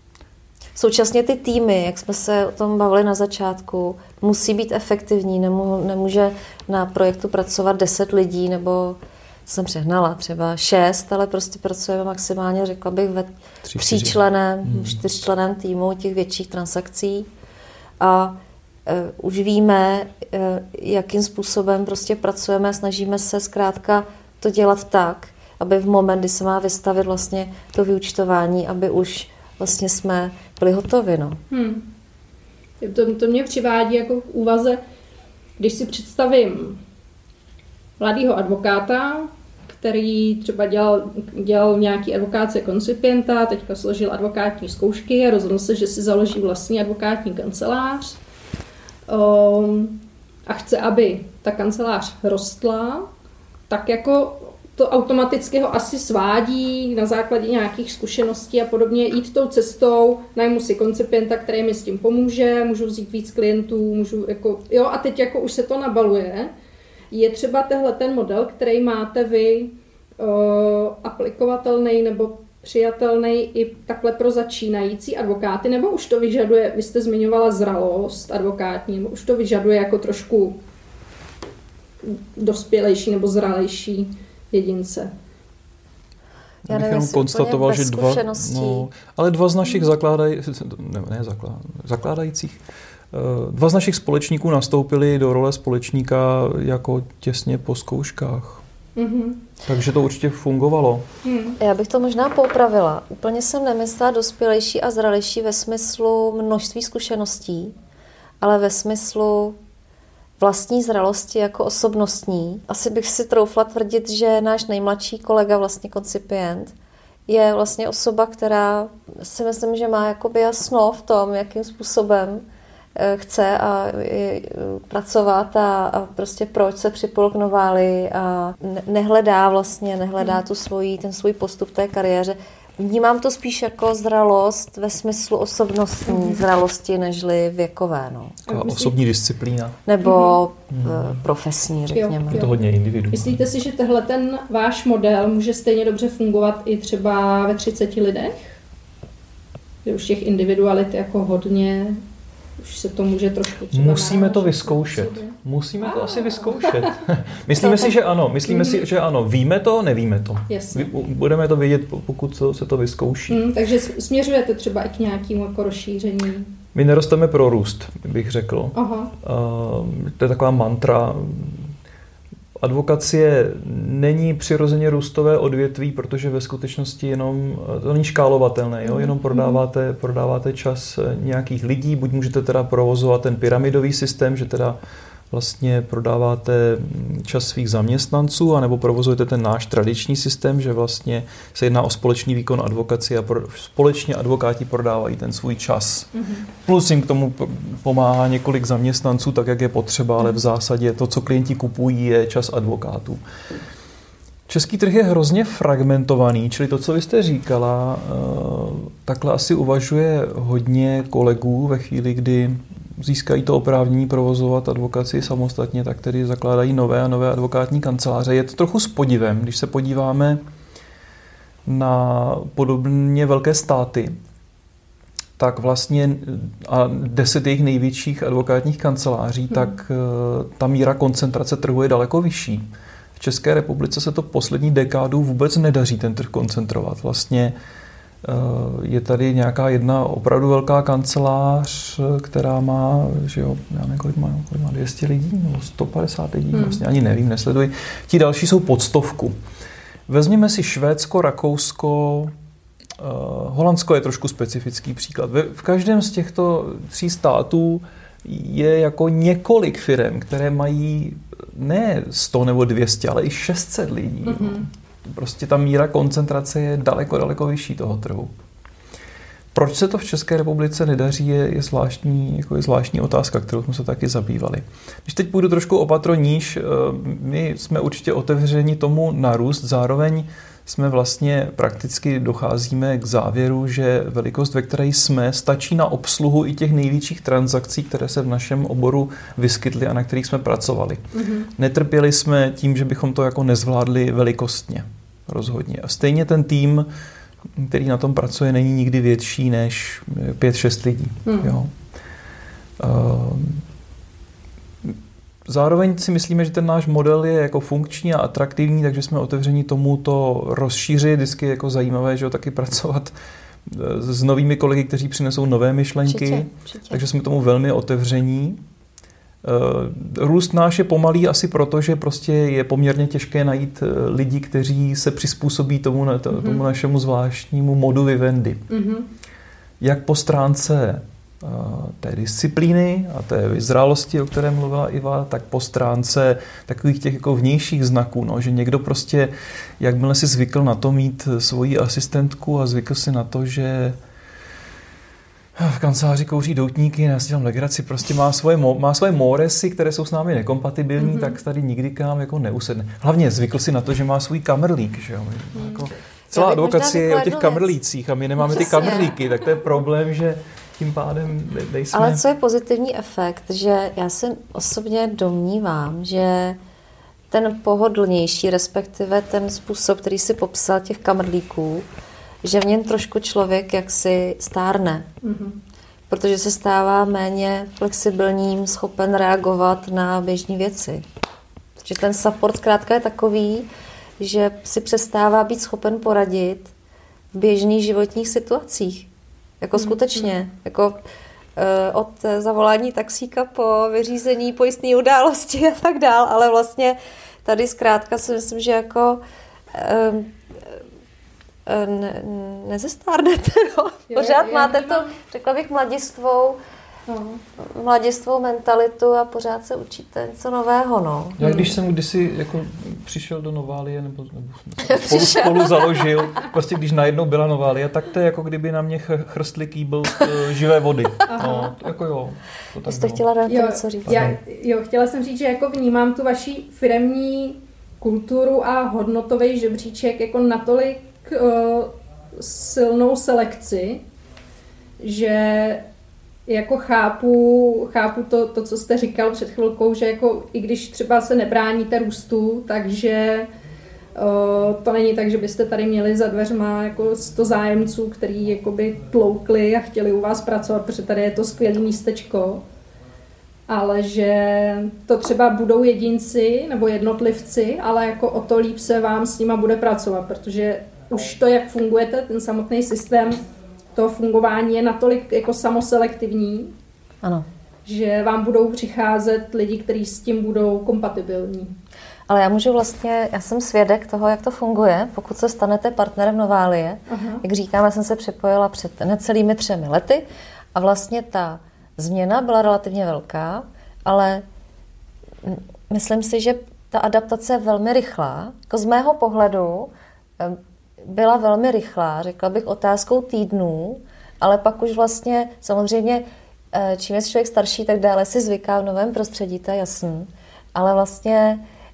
C: Současně ty týmy, jak jsme se o tom bavili na začátku, musí být efektivní, Nemů, nemůže na projektu pracovat deset lidí nebo jsem přehnala třeba šest, ale prostě pracujeme maximálně, řekla bych, ve tříčleném, hmm. čtyřčleném týmu těch větších transakcí. A e, už víme, e, jakým způsobem prostě pracujeme, snažíme se zkrátka to dělat tak, aby v moment, kdy se má vystavit vlastně to vyúčtování, aby už vlastně jsme byli hotovi. No.
A: Hmm. To, to mě přivádí jako k úvaze, když si představím mladýho advokáta, který třeba dělal, dělal nějaký advokáce koncipienta, teďka složil advokátní zkoušky a rozhodl se, že si založí vlastní advokátní kancelář um, a chce, aby ta kancelář rostla, tak jako to automaticky ho asi svádí na základě nějakých zkušeností a podobně jít tou cestou, najmu si koncipienta, který mi s tím pomůže, můžu vzít víc klientů, můžu jako, jo, a teď jako už se to nabaluje. Je třeba tehle ten model, který máte vy, uh, aplikovatelný nebo přijatelný i takhle pro začínající advokáty, nebo už to vyžaduje, vy jste zmiňovala zralost advokátní, nebo už to vyžaduje jako trošku dospělejší nebo zralejší jedince?
C: Já
B: bych jenom konstatoval, že dva, no, ale dva z našich zakládaj, ne, ne, zaklá, zakládajících Dva z našich společníků nastoupili do role společníka jako těsně po zkouškách. Mm-hmm. Takže to určitě fungovalo.
C: Mm. Já bych to možná poupravila. Úplně jsem nemyslela dospělejší a zralejší ve smyslu množství zkušeností, ale ve smyslu vlastní zralosti jako osobnostní. Asi bych si troufla tvrdit, že náš nejmladší kolega, vlastně koncipient, je vlastně osoba, která si myslím, že má jakoby jasno v tom, jakým způsobem chce a pracovat a, a prostě proč se připojil k Novalii a nehledá vlastně, nehledá tu svoji, ten svůj postup v té kariéře. Vnímám to spíš jako zralost ve smyslu osobnostní zralosti, nežli věkové. No.
B: A osobní disciplína.
C: Nebo mm-hmm. profesní, řekněme. Jo, jo.
B: Je to hodně individuální.
A: Myslíte si, že tehle ten váš model může stejně dobře fungovat i třeba ve třiceti lidech? Že už těch individualit jako hodně... Už se to může trošku třeba
B: Musíme to vyzkoušet. Musíme to asi vyzkoušet. Myslíme si, že ano. Myslíme si, že ano. Víme to, nevíme to.
A: Jasně.
B: Budeme to vědět, pokud se to vyzkouší.
A: Mm, takže směřujete třeba i k nějakému jako rozšíření?
B: My nerosteme pro růst, bych řekl.
A: Aha.
B: Uh, to je taková mantra. Advokacie není přirozeně růstové odvětví, protože ve skutečnosti jenom, to není škálovatelné, jo? Jenom prodáváte, prodáváte čas nějakých lidí, buď můžete teda provozovat ten pyramidový systém, že teda vlastně prodáváte čas svých zaměstnanců, anebo provozujete ten náš tradiční systém, že vlastně se jedná o společný výkon advokacie a pro, společně advokáti prodávají ten svůj čas. Mm-hmm. Plus jim k tomu pomáhá několik zaměstnanců, tak jak je potřeba, ale v zásadě to, co klienti kupují, je čas advokátů. Český trh je hrozně fragmentovaný, čili to, co vy jste říkala, takhle asi uvažuje hodně kolegů ve chvíli, kdy získají to oprávnění provozovat advokaci samostatně, tak tedy zakládají nové a nové advokátní kanceláře. Je to trochu s podivem, když se podíváme na podobně velké státy, tak vlastně a deset jejich největších advokátních kanceláří, hmm. tak ta míra koncentrace trhu je daleko vyšší. V České republice se to poslední dekádu vůbec nedaří ten trh koncentrovat. Vlastně je tady nějaká jedna opravdu velká kancelář, která má, že jo, já nevím, kolik má, kolik má dvě stě lidí, nebo sto padesát lidí, hmm. vlastně ani nevím, nesleduji. Ti další jsou pod stovku. Vezměme si Švédsko, Rakousko, uh, Holandsko je trošku specifický příklad. V každém z těchto tří států je jako několik firem, které mají ne sto nebo dvě stě, ale i šest set lidí. Mm-hmm. Prostě ta míra koncentrace je daleko, daleko vyšší toho trhu. Proč se to v České republice nedaří, je, je, zvláštní, jako je zvláštní otázka, kterou jsme se taky zabývali. Když teď půjdu trošku opatro níž, my jsme určitě otevřeni tomu narůst, zároveň jsme vlastně prakticky docházíme k závěru, že velikost, ve které jsme, stačí na obsluhu i těch největších transakcí, které se v našem oboru vyskytly a na kterých jsme pracovali. Mm-hmm. Netrpěli jsme tím, že bychom to jako nezvládli velikostně, rozhodně. A stejně ten tým, který na tom pracuje, není nikdy větší než pět šest lidí. Mm. Jo. Zároveň si myslíme, že ten náš model je jako funkční a atraktivní, takže jsme otevřeni tomu to rozšířit. Vždycky je jako zajímavé, že jo, taky pracovat s novými kolegy, kteří přinesou nové myšlenky. Určitě, určitě. Takže jsme tomu velmi otevření. Růst náš je pomalý asi proto, že prostě je poměrně těžké najít lidi, kteří se přizpůsobí tomu, tomu mm-hmm. našemu zvláštnímu modu vivendi. Mm-hmm. Jak po stránce té disciplíny a té vyzrálosti, o které mluvila Iva, tak po stránce takových těch jako vnějších znaků, no, že někdo prostě, jakmile si zvykl na to mít svoji asistentku a zvykl si na to, že v kanceláři kouří doutníky, já si dělám legraci, prostě má svoje, má svoje móresy, které jsou s námi nekompatibilní, mm-hmm. tak tady nikdy k nám jako neusedne. Hlavně zvykl si na to, že má svůj kamerlík, že jo. Mm. Jako celá advokacie je o těch kamerlících a my nemáme ty kamerlíky, tak to je problém, že tím pádem nejsme...
C: Ale co je pozitivní efekt, že já se osobně domnívám, že ten pohodlnější, respektive ten způsob, který si popsal těch kamerlíků, že v něm trošku člověk jaksi stárne. Mm-hmm. Protože se stává méně flexibilním, schopen reagovat na běžné věci. Protože ten support zkrátka je takový, že si přestává být schopen poradit v běžných životních situacích. Jako mm-hmm. skutečně. Jako uh, od zavolání taxíka po vyřízení pojistné události a tak dál. Ale vlastně tady zkrátka si myslím, že jako... Uh, Ne, nezestárnete, no. Pořád je, máte to, řekla bych, mladistvou, no. mladistvou mentalitu a pořád se učíte něco nového, no.
B: Já když jsem kdysi jako přišel do Noválie, nebo, nebo spolu, spolu založil, prostě když najednou byla Noválie, tak to je jako kdyby na mě chrstli kýbl živé vody. No, jako jo. To tak
C: jste chtěla dát něco říct?
A: Já, jo, chtěla jsem říct, že jako vnímám tu vaši firemní kulturu a hodnotový žebříček jako natolik Uh, silnou selekci, že jako chápu, chápu to, to, co jste říkal před chvilkou, že jako i když třeba se nebráníte růstu, takže uh, to není tak, že byste tady měli za dveřma jako sto zájemců, který jakoby tloukli a chtěli u vás pracovat, protože tady je to skvělé místečko, ale že to třeba budou jedinci nebo jednotlivci, ale jako o to líp se vám s nima bude pracovat, protože už to, jak fungujete, ten samotný systém toho fungování je natolik jako samoselektivní,
C: ano.
A: že vám budou přicházet lidi, kteří s tím budou kompatibilní.
C: Ale já můžu vlastně, já jsem svědek toho, jak to funguje, pokud se stanete partnerem Noválie. Aha. Jak říkám, já jsem se připojila před necelými třemi lety a vlastně ta změna byla relativně velká, ale myslím si, že ta adaptace je velmi rychlá. Jako z mého pohledu byla velmi rychlá, řekla bych otázkou týdnů, ale pak už vlastně samozřejmě, čím je člověk starší, tak dále si zvyká v novém prostředí, to je jasný. Ale vlastně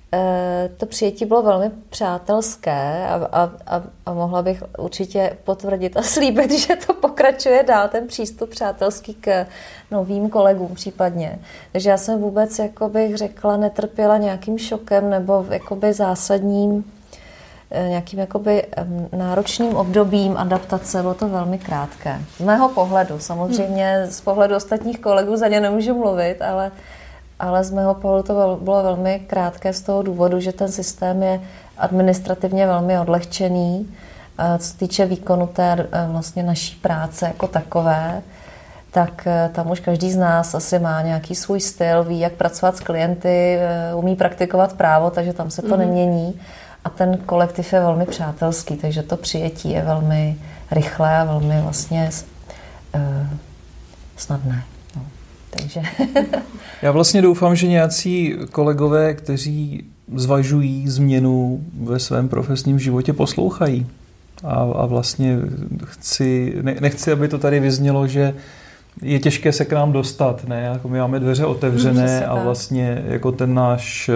C: To přijetí bylo velmi přátelské a, a, a, a mohla bych určitě potvrdit a slíbit, že to pokračuje dál, ten přístup přátelský k novým kolegům případně. Takže já jsem vůbec, jako bych řekla, netrpěla nějakým šokem nebo jakoby zásadním, nějakým jakoby náročným obdobím adaptace, bylo to velmi krátké. Z mého pohledu, samozřejmě z pohledu ostatních kolegů za ně nemůžu mluvit, ale Ale z mého pohledu to bylo velmi krátké z toho důvodu, že ten systém je administrativně velmi odlehčený, co se týče výkonu té vlastně naší práce jako takové, tak tam už každý z nás asi má nějaký svůj styl, ví, jak pracovat s klienty, umí praktikovat právo, takže tam se to mm-hmm. nemění. A ten kolektiv je velmi přátelský, takže to přijetí je velmi rychlé a velmi vlastně uh, snadné. Takže.
B: Já vlastně doufám, že nějací kolegové, kteří zvažují změnu ve svém profesním životě, poslouchají. A, a vlastně chci, ne, nechci, aby to tady vyznělo, že je těžké se k nám dostat. Ne? Jako my máme dveře otevřené a vlastně jako ten náš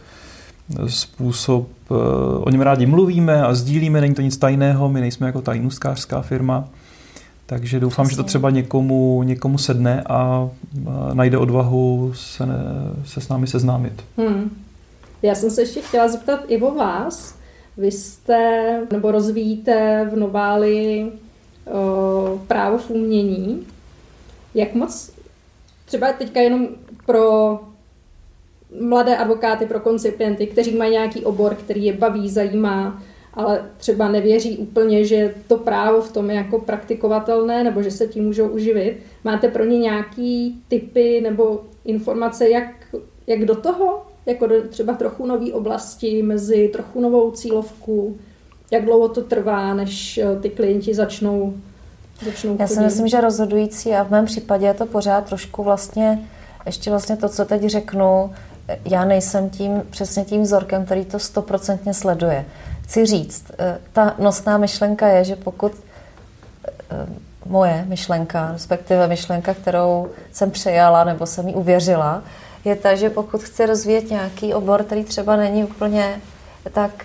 B: způsob, o něm rádi mluvíme a sdílíme, není to nic tajného, my nejsme jako tajnůstkářská firma. Takže doufám, Přesně. že to třeba někomu, někomu sedne a najde odvahu se, ne, se s námi seznámit.
A: Hmm. Já jsem se ještě chtěla zeptat i o vás. Vy jste, nebo rozvíjíte v Nováli o, právo v umění. Jak moc, třeba teďka jenom pro mladé advokáty, pro koncipienty, kteří mají nějaký obor, který je baví, zajímá, ale třeba nevěří úplně, že to právo v tom je jako praktikovatelné nebo že se tím můžou uživit. Máte pro ně nějaký tipy nebo informace, jak, jak do toho, jako do třeba trochu nový oblasti, mezi trochu novou cílovku, jak dlouho to trvá, než ty klienti začnou, začnou
C: Já
A: chodit?
C: si myslím, že rozhodující a v mém případě je to pořád trošku vlastně, ještě vlastně to, co teď řeknu, já nejsem tím, přesně tím vzorkem, který to stoprocentně sleduje. Chci říct, ta nosná myšlenka je, že pokud moje myšlenka, respektive myšlenka, kterou jsem přejala nebo jsem jí uvěřila, je ta, že pokud chci rozvíjet nějaký obor, který třeba není úplně tak,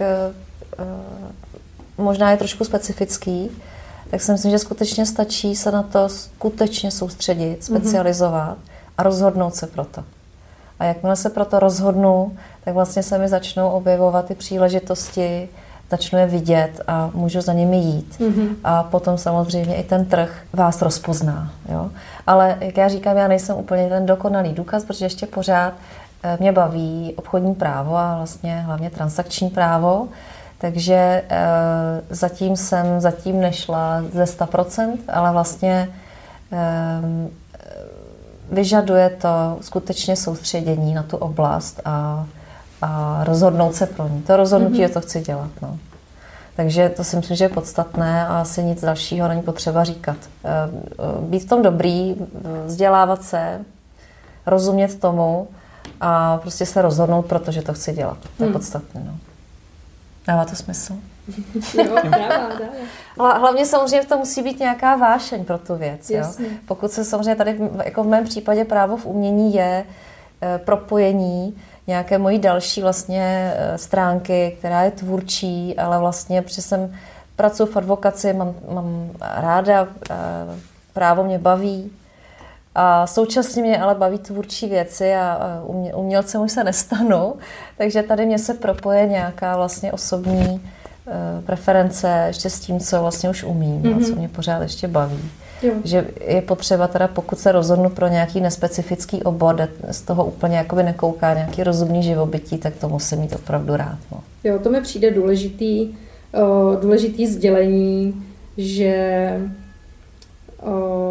C: možná je trošku specifický, tak si myslím, že skutečně stačí se na to skutečně soustředit, specializovat a rozhodnout se pro to. A jakmile se pro to rozhodnu, tak vlastně se mi začnou objevovat ty příležitosti, začnu je vidět a můžu za nimi jít. Mm-hmm. A potom samozřejmě i ten trh vás rozpozná. Jo? Ale jak já říkám, já nejsem úplně ten dokonalý důkaz, protože ještě pořád mě baví obchodní právo a vlastně hlavně transakční právo. Takže e, zatím jsem zatím nešla ze sto procent, ale vlastně e, vyžaduje to skutečně soustředění na tu oblast a, a rozhodnout se pro ní. To rozhodnutí mm-hmm. je to chci dělat. No. Takže to si myslím, že je podstatné a asi nic dalšího není potřeba říkat. Být v tom dobrý, vzdělávat se, rozumět tomu a prostě se rozhodnout, protože to chci dělat. To je mm. podstatné. No. Dává to smysl?
A: Jo, dává, dává.
C: Ale hlavně samozřejmě v tom musí být nějaká vášeň pro tu věc. Jo? Pokud se samozřejmě tady, jako v mém případě právo v umění je e, propojení nějaké mojí další vlastně e, stránky, která je tvůrčí, ale vlastně, protože jsem pracuji v advokaci, mám, mám ráda, e, právo mě baví a současně mě ale baví tvůrčí věci a umě, umělcem už se nestanu, takže tady mě se propoje nějaká vlastně osobní preference ještě s tím, co vlastně už umím, mm-hmm. a co mě pořád ještě baví. Jo. Že je potřeba teda, pokud se rozhodnu pro nějaký nespecifický obor, z toho úplně jakoby nekouká nějaký rozumný živobytí, tak to musím mít opravdu rád. No.
A: Jo, to mi přijde důležitý, uh, důležitý sdělení, že uh,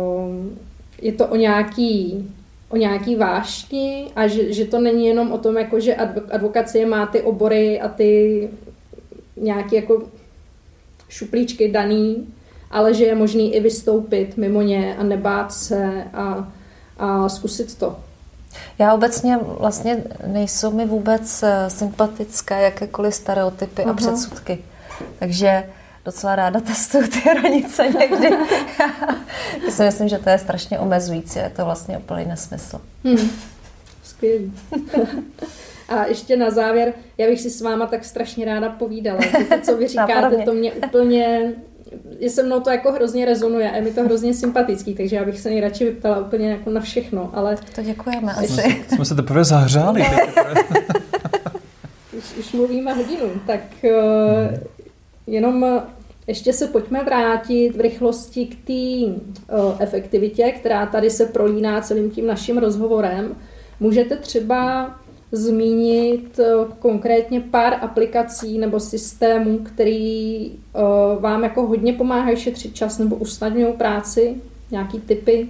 A: je to o nějaký, o nějaký vášni a že, že to není jenom o tom, jako, že advokacie má ty obory a ty nějaké jako šuplíčky daný, ale že je možný i vystoupit mimo ně a nebát se a, a zkusit to.
C: Já obecně vlastně nejsou mi vůbec sympatické jakékoliv stereotypy Aha. a předsudky. Takže docela ráda testuju ty hranice někdy. Já si myslím, že to je strašně omezující a je to vlastně úplný nesmysl.
A: Hmm. Skvělý. A ještě na závěr, já bych si s váma tak strašně ráda povídala. To, co vy říkáte, to mě úplně... Je se mnou to jako hrozně rezonuje a je mi to hrozně sympatický, takže já bych se nejradši vyptala úplně jako na všechno, ale...
C: To děkujeme asi.
B: Jsme, jsme se teprve zahřáli.
A: už, už mluvíme hodinu, tak uh, jenom ještě se pojďme vrátit v rychlosti k té uh, efektivitě, která tady se prolíná celým tím naším rozhovorem. Můžete třeba zmínit konkrétně pár aplikací nebo systémů, který uh, vám jako hodně pomáhají šetřit čas nebo usnadňují práci? Nějaký tipy?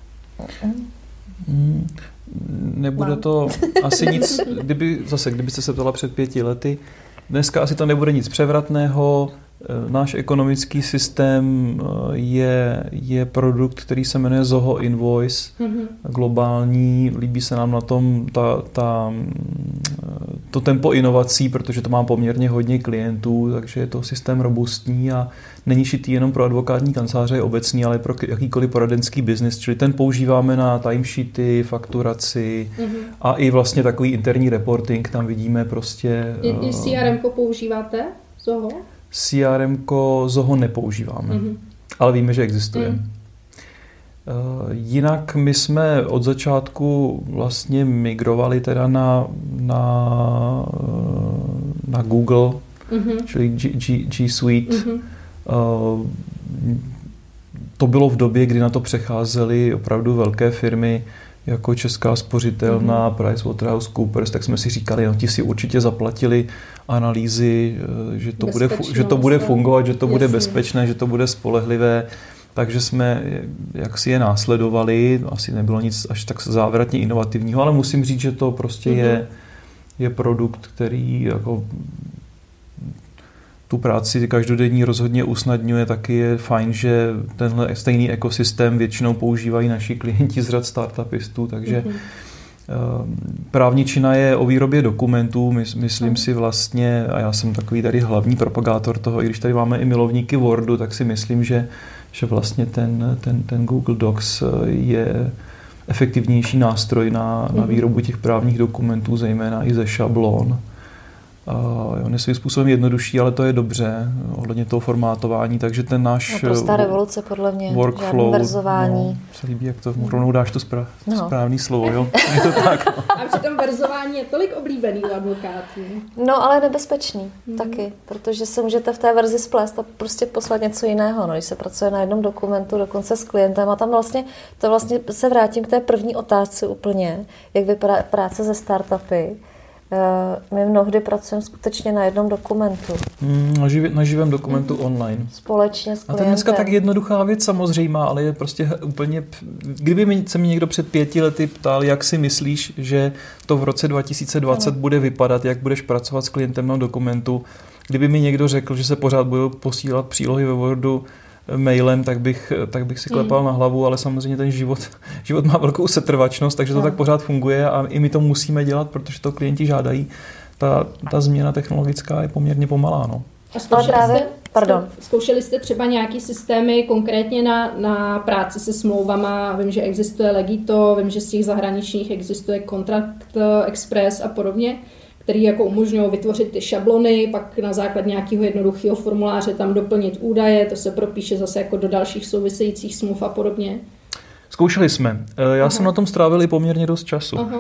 B: Mm, nebude to asi nic, kdyby, zase, kdybyste se ptala před pěti lety, dneska asi to nebude nic převratného. Náš ekonomický systém je, je produkt, který se jmenuje Zoho Invoice, mm-hmm. globální. Líbí se nám na tom ta, ta, to tempo inovací, protože to má poměrně hodně klientů, takže je to systém robustní a není šitý jenom pro advokátní kanceláře obecný, ale pro jakýkoliv poradenský biznis, čili ten používáme na timesheety, fakturaci mm-hmm. a i vlastně takový interní reporting, tam vidíme prostě...
A: I, i C R M ko používáte? Zoho?
B: C R M ko Zoho nepoužíváme, mm-hmm. ale víme, že existuje. Mm. Jinak my jsme od začátku vlastně migrovali teda na, na, na Google, mm-hmm. čili G, G, G Suite. Mm-hmm. To bylo v době, kdy na to přecházely opravdu velké firmy, jako Česká spořitelna, mm-hmm. PricewaterhouseCoopers, tak jsme si říkali, no ti si určitě zaplatili analýzy, že to, bude, že to bude fungovat, že to Jasně. bude bezpečné, že to bude spolehlivé. Takže jsme jak si je následovali, asi nebylo nic až tak závratně inovativního, ale musím říct, že to prostě mm-hmm. je, je produkt, který jako tu práci každodenní rozhodně usnadňuje. Taky je fajn, že tenhle stejný ekosystém většinou používají naši klienti z řad startupistů, takže mm-hmm. právničina je o výrobě dokumentů, myslím si vlastně, a já jsem takový tady hlavní propagátor toho, i když tady máme i milovníky Wordu, tak si myslím, že, že vlastně ten, ten, ten Google Docs je efektivnější nástroj na, na výrobu těch právních dokumentů, zejména i ze šablon. Uh, on je svým způsobem jednodušší, ale to je dobře ohledně toho formátování, takže ten náš
C: no, prostá revoluce podle mě,
B: workflow,
C: verzování.
B: No, se líbí, jak to rovnou dáš to spra- no. správný slovo, jo? Je to tak, no.
A: A přitom verzování je tolik oblíbený u advokátů.
C: No, ale nebezpečný mm. taky, protože se můžete v té verzi splést a prostě poslat něco jiného, no, když se pracuje na jednom dokumentu, dokonce s klientem a tam vlastně, to vlastně se vrátím k té první otázce úplně, jak vypadá práce ze startupy. My mnohdy pracujeme skutečně na jednom dokumentu.
B: Mm, na, živě, na živém dokumentu mm. online.
C: Společně s klientem.
B: A to je dneska tak jednoduchá věc samozřejmá, ale je prostě úplně... Kdyby mi, se mi někdo před pěti lety ptal, jak si myslíš, že to v roce dva tisíce dvacet ano. bude vypadat, jak budeš pracovat s klientem na dokumentu, kdyby mi někdo řekl, že se pořád budou posílat přílohy ve Wordu mailem, tak bych, tak bych si klepal mm. na hlavu, ale samozřejmě ten život, život má velkou setrvačnost, takže to no. tak pořád funguje a i my to musíme dělat, protože to klienti žádají. Ta, ta změna technologická je poměrně pomalá. No.
A: A zkoušeli, jste, Pardon. zkoušeli jste třeba nějaký systémy konkrétně na, na práci se smlouvama? Vím, že existuje Legito, vím, že z těch zahraničních existuje Contract Express a podobně, který jako umožňují vytvořit ty šablony, pak na základě nějakého jednoduchého formuláře tam doplnit údaje, to se propíše zase jako do dalších souvisejících smluv a podobně.
B: Zkoušeli jsme. Já Aha. jsem na tom strávil i poměrně dost času. Aha.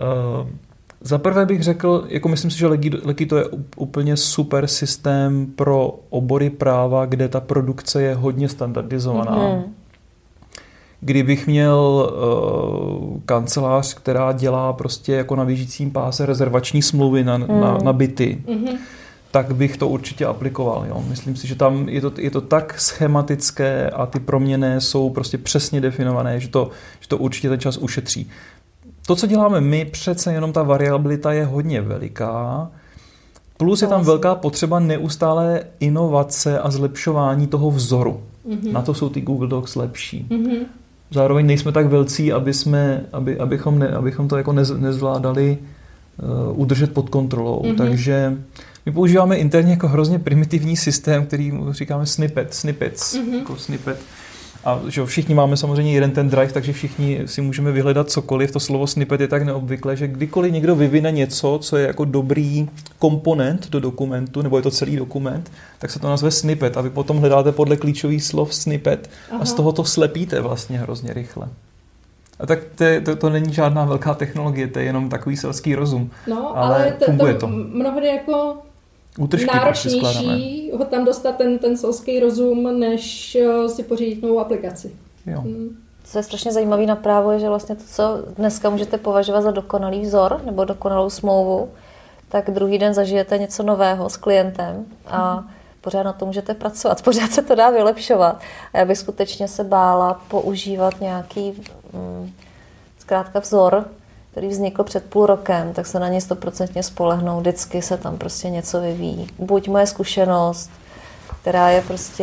B: Za prvé bych řekl, jako myslím si, že Legito je úplně super systém pro obory práva, kde ta produkce je hodně standardizovaná. Mm-hmm. Kdybych měl uh, kancelář, která dělá prostě jako na běžícím páse rezervační smlouvy na, mm. na, na byty, mm-hmm. tak bych to určitě aplikoval. Jo. Myslím si, že tam je to, je to tak schematické a ty proměny jsou prostě přesně definované, že to, že to určitě ten čas ušetří. To, co děláme my, přece jenom ta variabilita je hodně veliká, plus je tam velká potřeba neustále inovace a zlepšování toho vzoru. Mm-hmm. Na to jsou ty Google Docs lepší. Mm-hmm. Zároveň nejsme tak velcí, aby jsme, aby, abychom, ne, abychom to jako nez, nezvládali uh, udržet pod kontrolou. Mm-hmm. Takže my používáme interně jako hrozně primitivní systém, který říkáme snippet, snippets, mm-hmm. jako snippet. A že všichni máme samozřejmě jeden ten drive, takže všichni si můžeme vyhledat cokoliv. To slovo snippet je tak neobvyklé, že kdykoliv někdo vyvine něco, co je jako dobrý komponent do dokumentu, nebo je to celý dokument, tak se to nazve snippet. A vy potom hledáte podle klíčových slov snippet a z toho to slepíte vlastně hrozně rychle. A tak to, to, to není žádná velká technologie, to je jenom takový selský rozum.
A: No,
B: ale, ale to, funguje to.
A: to. Mnohdy jako
B: útržky
A: náročnější ho tam dostat ten, ten selský rozum, než si pořídit novou aplikaci.
B: Jo.
A: Hmm.
C: Co je strašně zajímavé na právo, je, že vlastně to, co dneska můžete považovat za dokonalý vzor nebo dokonalou smlouvu, tak druhý den zažijete něco nového s klientem a hmm. pořád na to můžete pracovat, pořád se to dá vylepšovat. A já bych skutečně se bála používat nějaký mm, zkrátka vzor, který vznikl před půl rokem, tak se na něj stoprocentně spolehnou. Vždycky se tam prostě něco vyvíjí. Buď moje zkušenost, která je prostě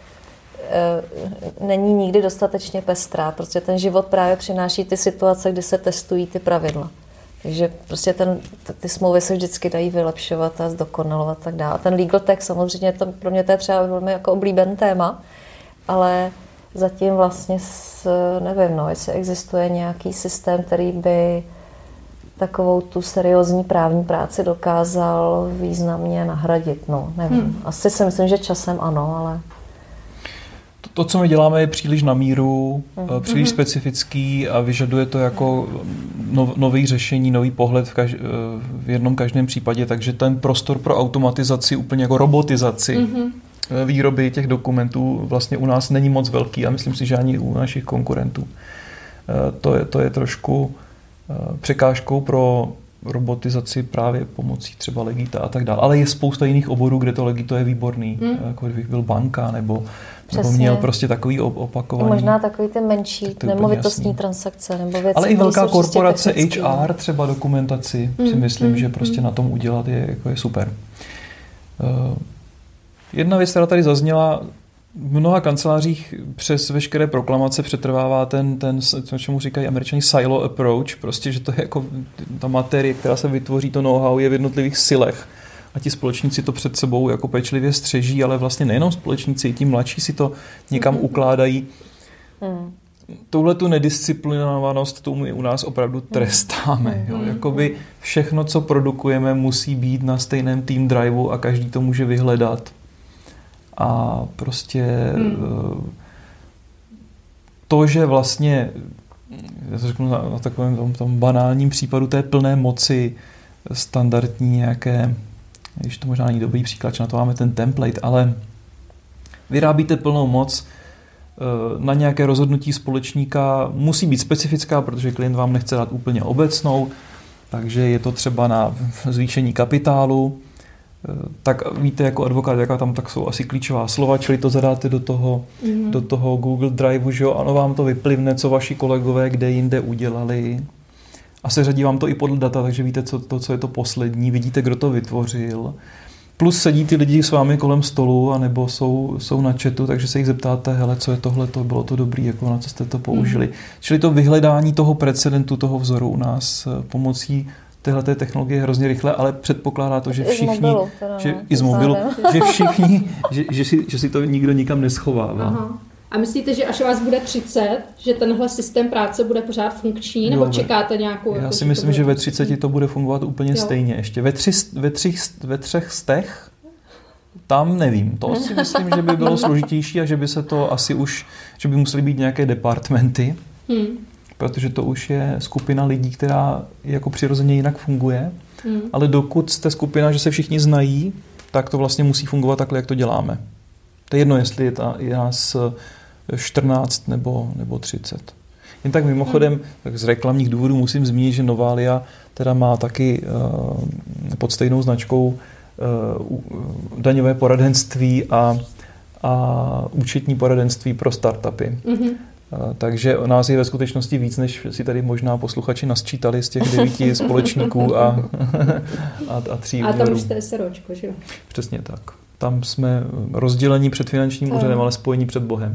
C: e, není nikdy dostatečně pestrá. Prostě ten život právě přináší ty situace, kdy se testují ty pravidla. Takže prostě ten, ty smlouvy se vždycky dají vylepšovat a zdokonalovat a tak dále. A ten legal tech samozřejmě, to, pro mě to je třeba velmi jako oblíbený téma, ale zatím vlastně s, nevím, no, jestli existuje nějaký systém, který by takovou tu seriózní právní práci dokázal významně nahradit. No, nevím. Hmm. Asi si myslím, že časem ano, ale...
B: To, to co my děláme, je příliš na míru, hmm. příliš hmm. specifický a vyžaduje to jako no, nový řešení, nový pohled v, kaž, v jednom každém případě, takže ten prostor pro automatizaci, úplně jako robotizaci hmm. výroby těch dokumentů vlastně u nás není moc velký a myslím si, že ani u našich konkurentů. To je, to je trošku překážkou pro robotizaci právě pomocí třeba Legita a tak dále. Ale je spousta jiných oborů, kde to Legito je výborný. Mm. Jako kdybych byl banka nebo, nebo měl prostě takový opakovaný.
C: Možná takový ty menší nemovitostní transakce nebo věci.
B: Ale i velká korporace H R, třeba dokumentaci, mm. si myslím, mm. že prostě mm. na tom udělat je, jako je super. Uh, jedna věc, která tady zazněla, v mnoha kancelářích přes veškeré proklamace přetrvává ten, ten čemu říkají Američani silo approach, prostě, že to je jako ta materie, která se vytvoří, to know-how je v jednotlivých silech a ti společníci to před sebou jako pečlivě střeží, ale vlastně nejenom společníci, i ti mladší si to někam mm-hmm. ukládají. Mm. Touhle tu nedisciplinovanost, tu my u nás opravdu trestáme. Jo? Jakoby všechno, co produkujeme, musí být na stejném team driveu a každý to může vyhledat. A prostě hmm. to, že vlastně, já to řeknu na, na takovém tom, tom banálním případu té plné moci standardní nějaké, když to možná není dobrý příklad, že na to máme ten template, ale vyrábíte plnou moc na nějaké rozhodnutí společníka, musí být specifická, protože klient vám nechce dát úplně obecnou, takže je to třeba na zvýšení kapitálu, tak víte jako advokát, jaká tam tak jsou asi klíčová slova, čili to zadáte do toho, mm. do toho Google Driveu, že jo, ano, vám to vyplivne, co vaši kolegové kde jinde udělali a seřadí vám to i podle data, takže víte, co, to, co je to poslední, vidíte, kdo to vytvořil. Plus sedí ty lidi s vámi kolem stolu, anebo jsou, jsou na chatu, takže se jich zeptáte, hele, co je tohle, to bylo to dobrý, jako na co jste to použili. Mm. Čili to vyhledání toho precedentu, toho vzoru u nás pomocí téhle technologie je hrozně rychle, ale předpokládá to, že všichni,
C: I z mobilu,
B: že, i z mobilu že všichni, že, že, si, že si to nikdo nikam neschovává.
A: Aha. A myslíte, že až vás bude třicet, že tenhle systém práce bude pořád funkční, nebo jo, čekáte nějakou...
B: Já
A: jako,
B: si myslím, že ve třiceti to bude fungovat úplně jo. stejně. Ještě ve, tři, ve, tři, ve třech stech tam nevím. To si myslím, že by bylo složitější a že by se to asi už, že by musely být nějaké departmenty. Hmm. Protože to už je skupina lidí, která jako přirozeně jinak funguje, mm. ale dokud jste skupina, že se všichni znají, tak to vlastně musí fungovat takhle, jak to děláme. To je jedno, jestli je, ta, je nás čtrnáct nebo, nebo třicet. Jen tak mimochodem, mm. tak z reklamních důvodů musím zmínit, že Novalia teda má taky uh, pod stejnou značkou uh, daňové poradenství a, a účetní poradenství pro startupy. Mm-hmm. Takže nás je ve skutečnosti víc, než si tady možná posluchači nasčítali z těch devíti společníků a, a, a tří
A: úvěrů. A tam už jste SROčko, že jo?
B: Přesně tak. Tam jsme rozdělení před finančním úřadem, ale spojení před Bohem.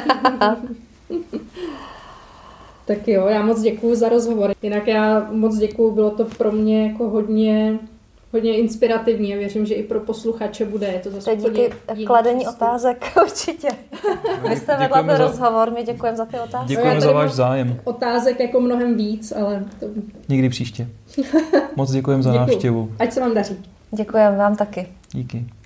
A: Tak jo, já moc děkuju za rozhovor. Jinak já moc děkuju, bylo to pro mě jako hodně hodně inspirativní a věřím, že i pro posluchače bude. Je to zase
C: díky kladení otázek určitě. Vy jste vedla ten rozhovor, my děkujeme za ty otázky.
B: Děkujeme za váš zájem.
A: Otázek jako mnohem víc, ale... To...
B: Někdy příště. Moc děkujeme za
A: Děkuju.
B: návštěvu.
A: Ať se vám daří.
C: Děkujeme vám taky.
B: Díky.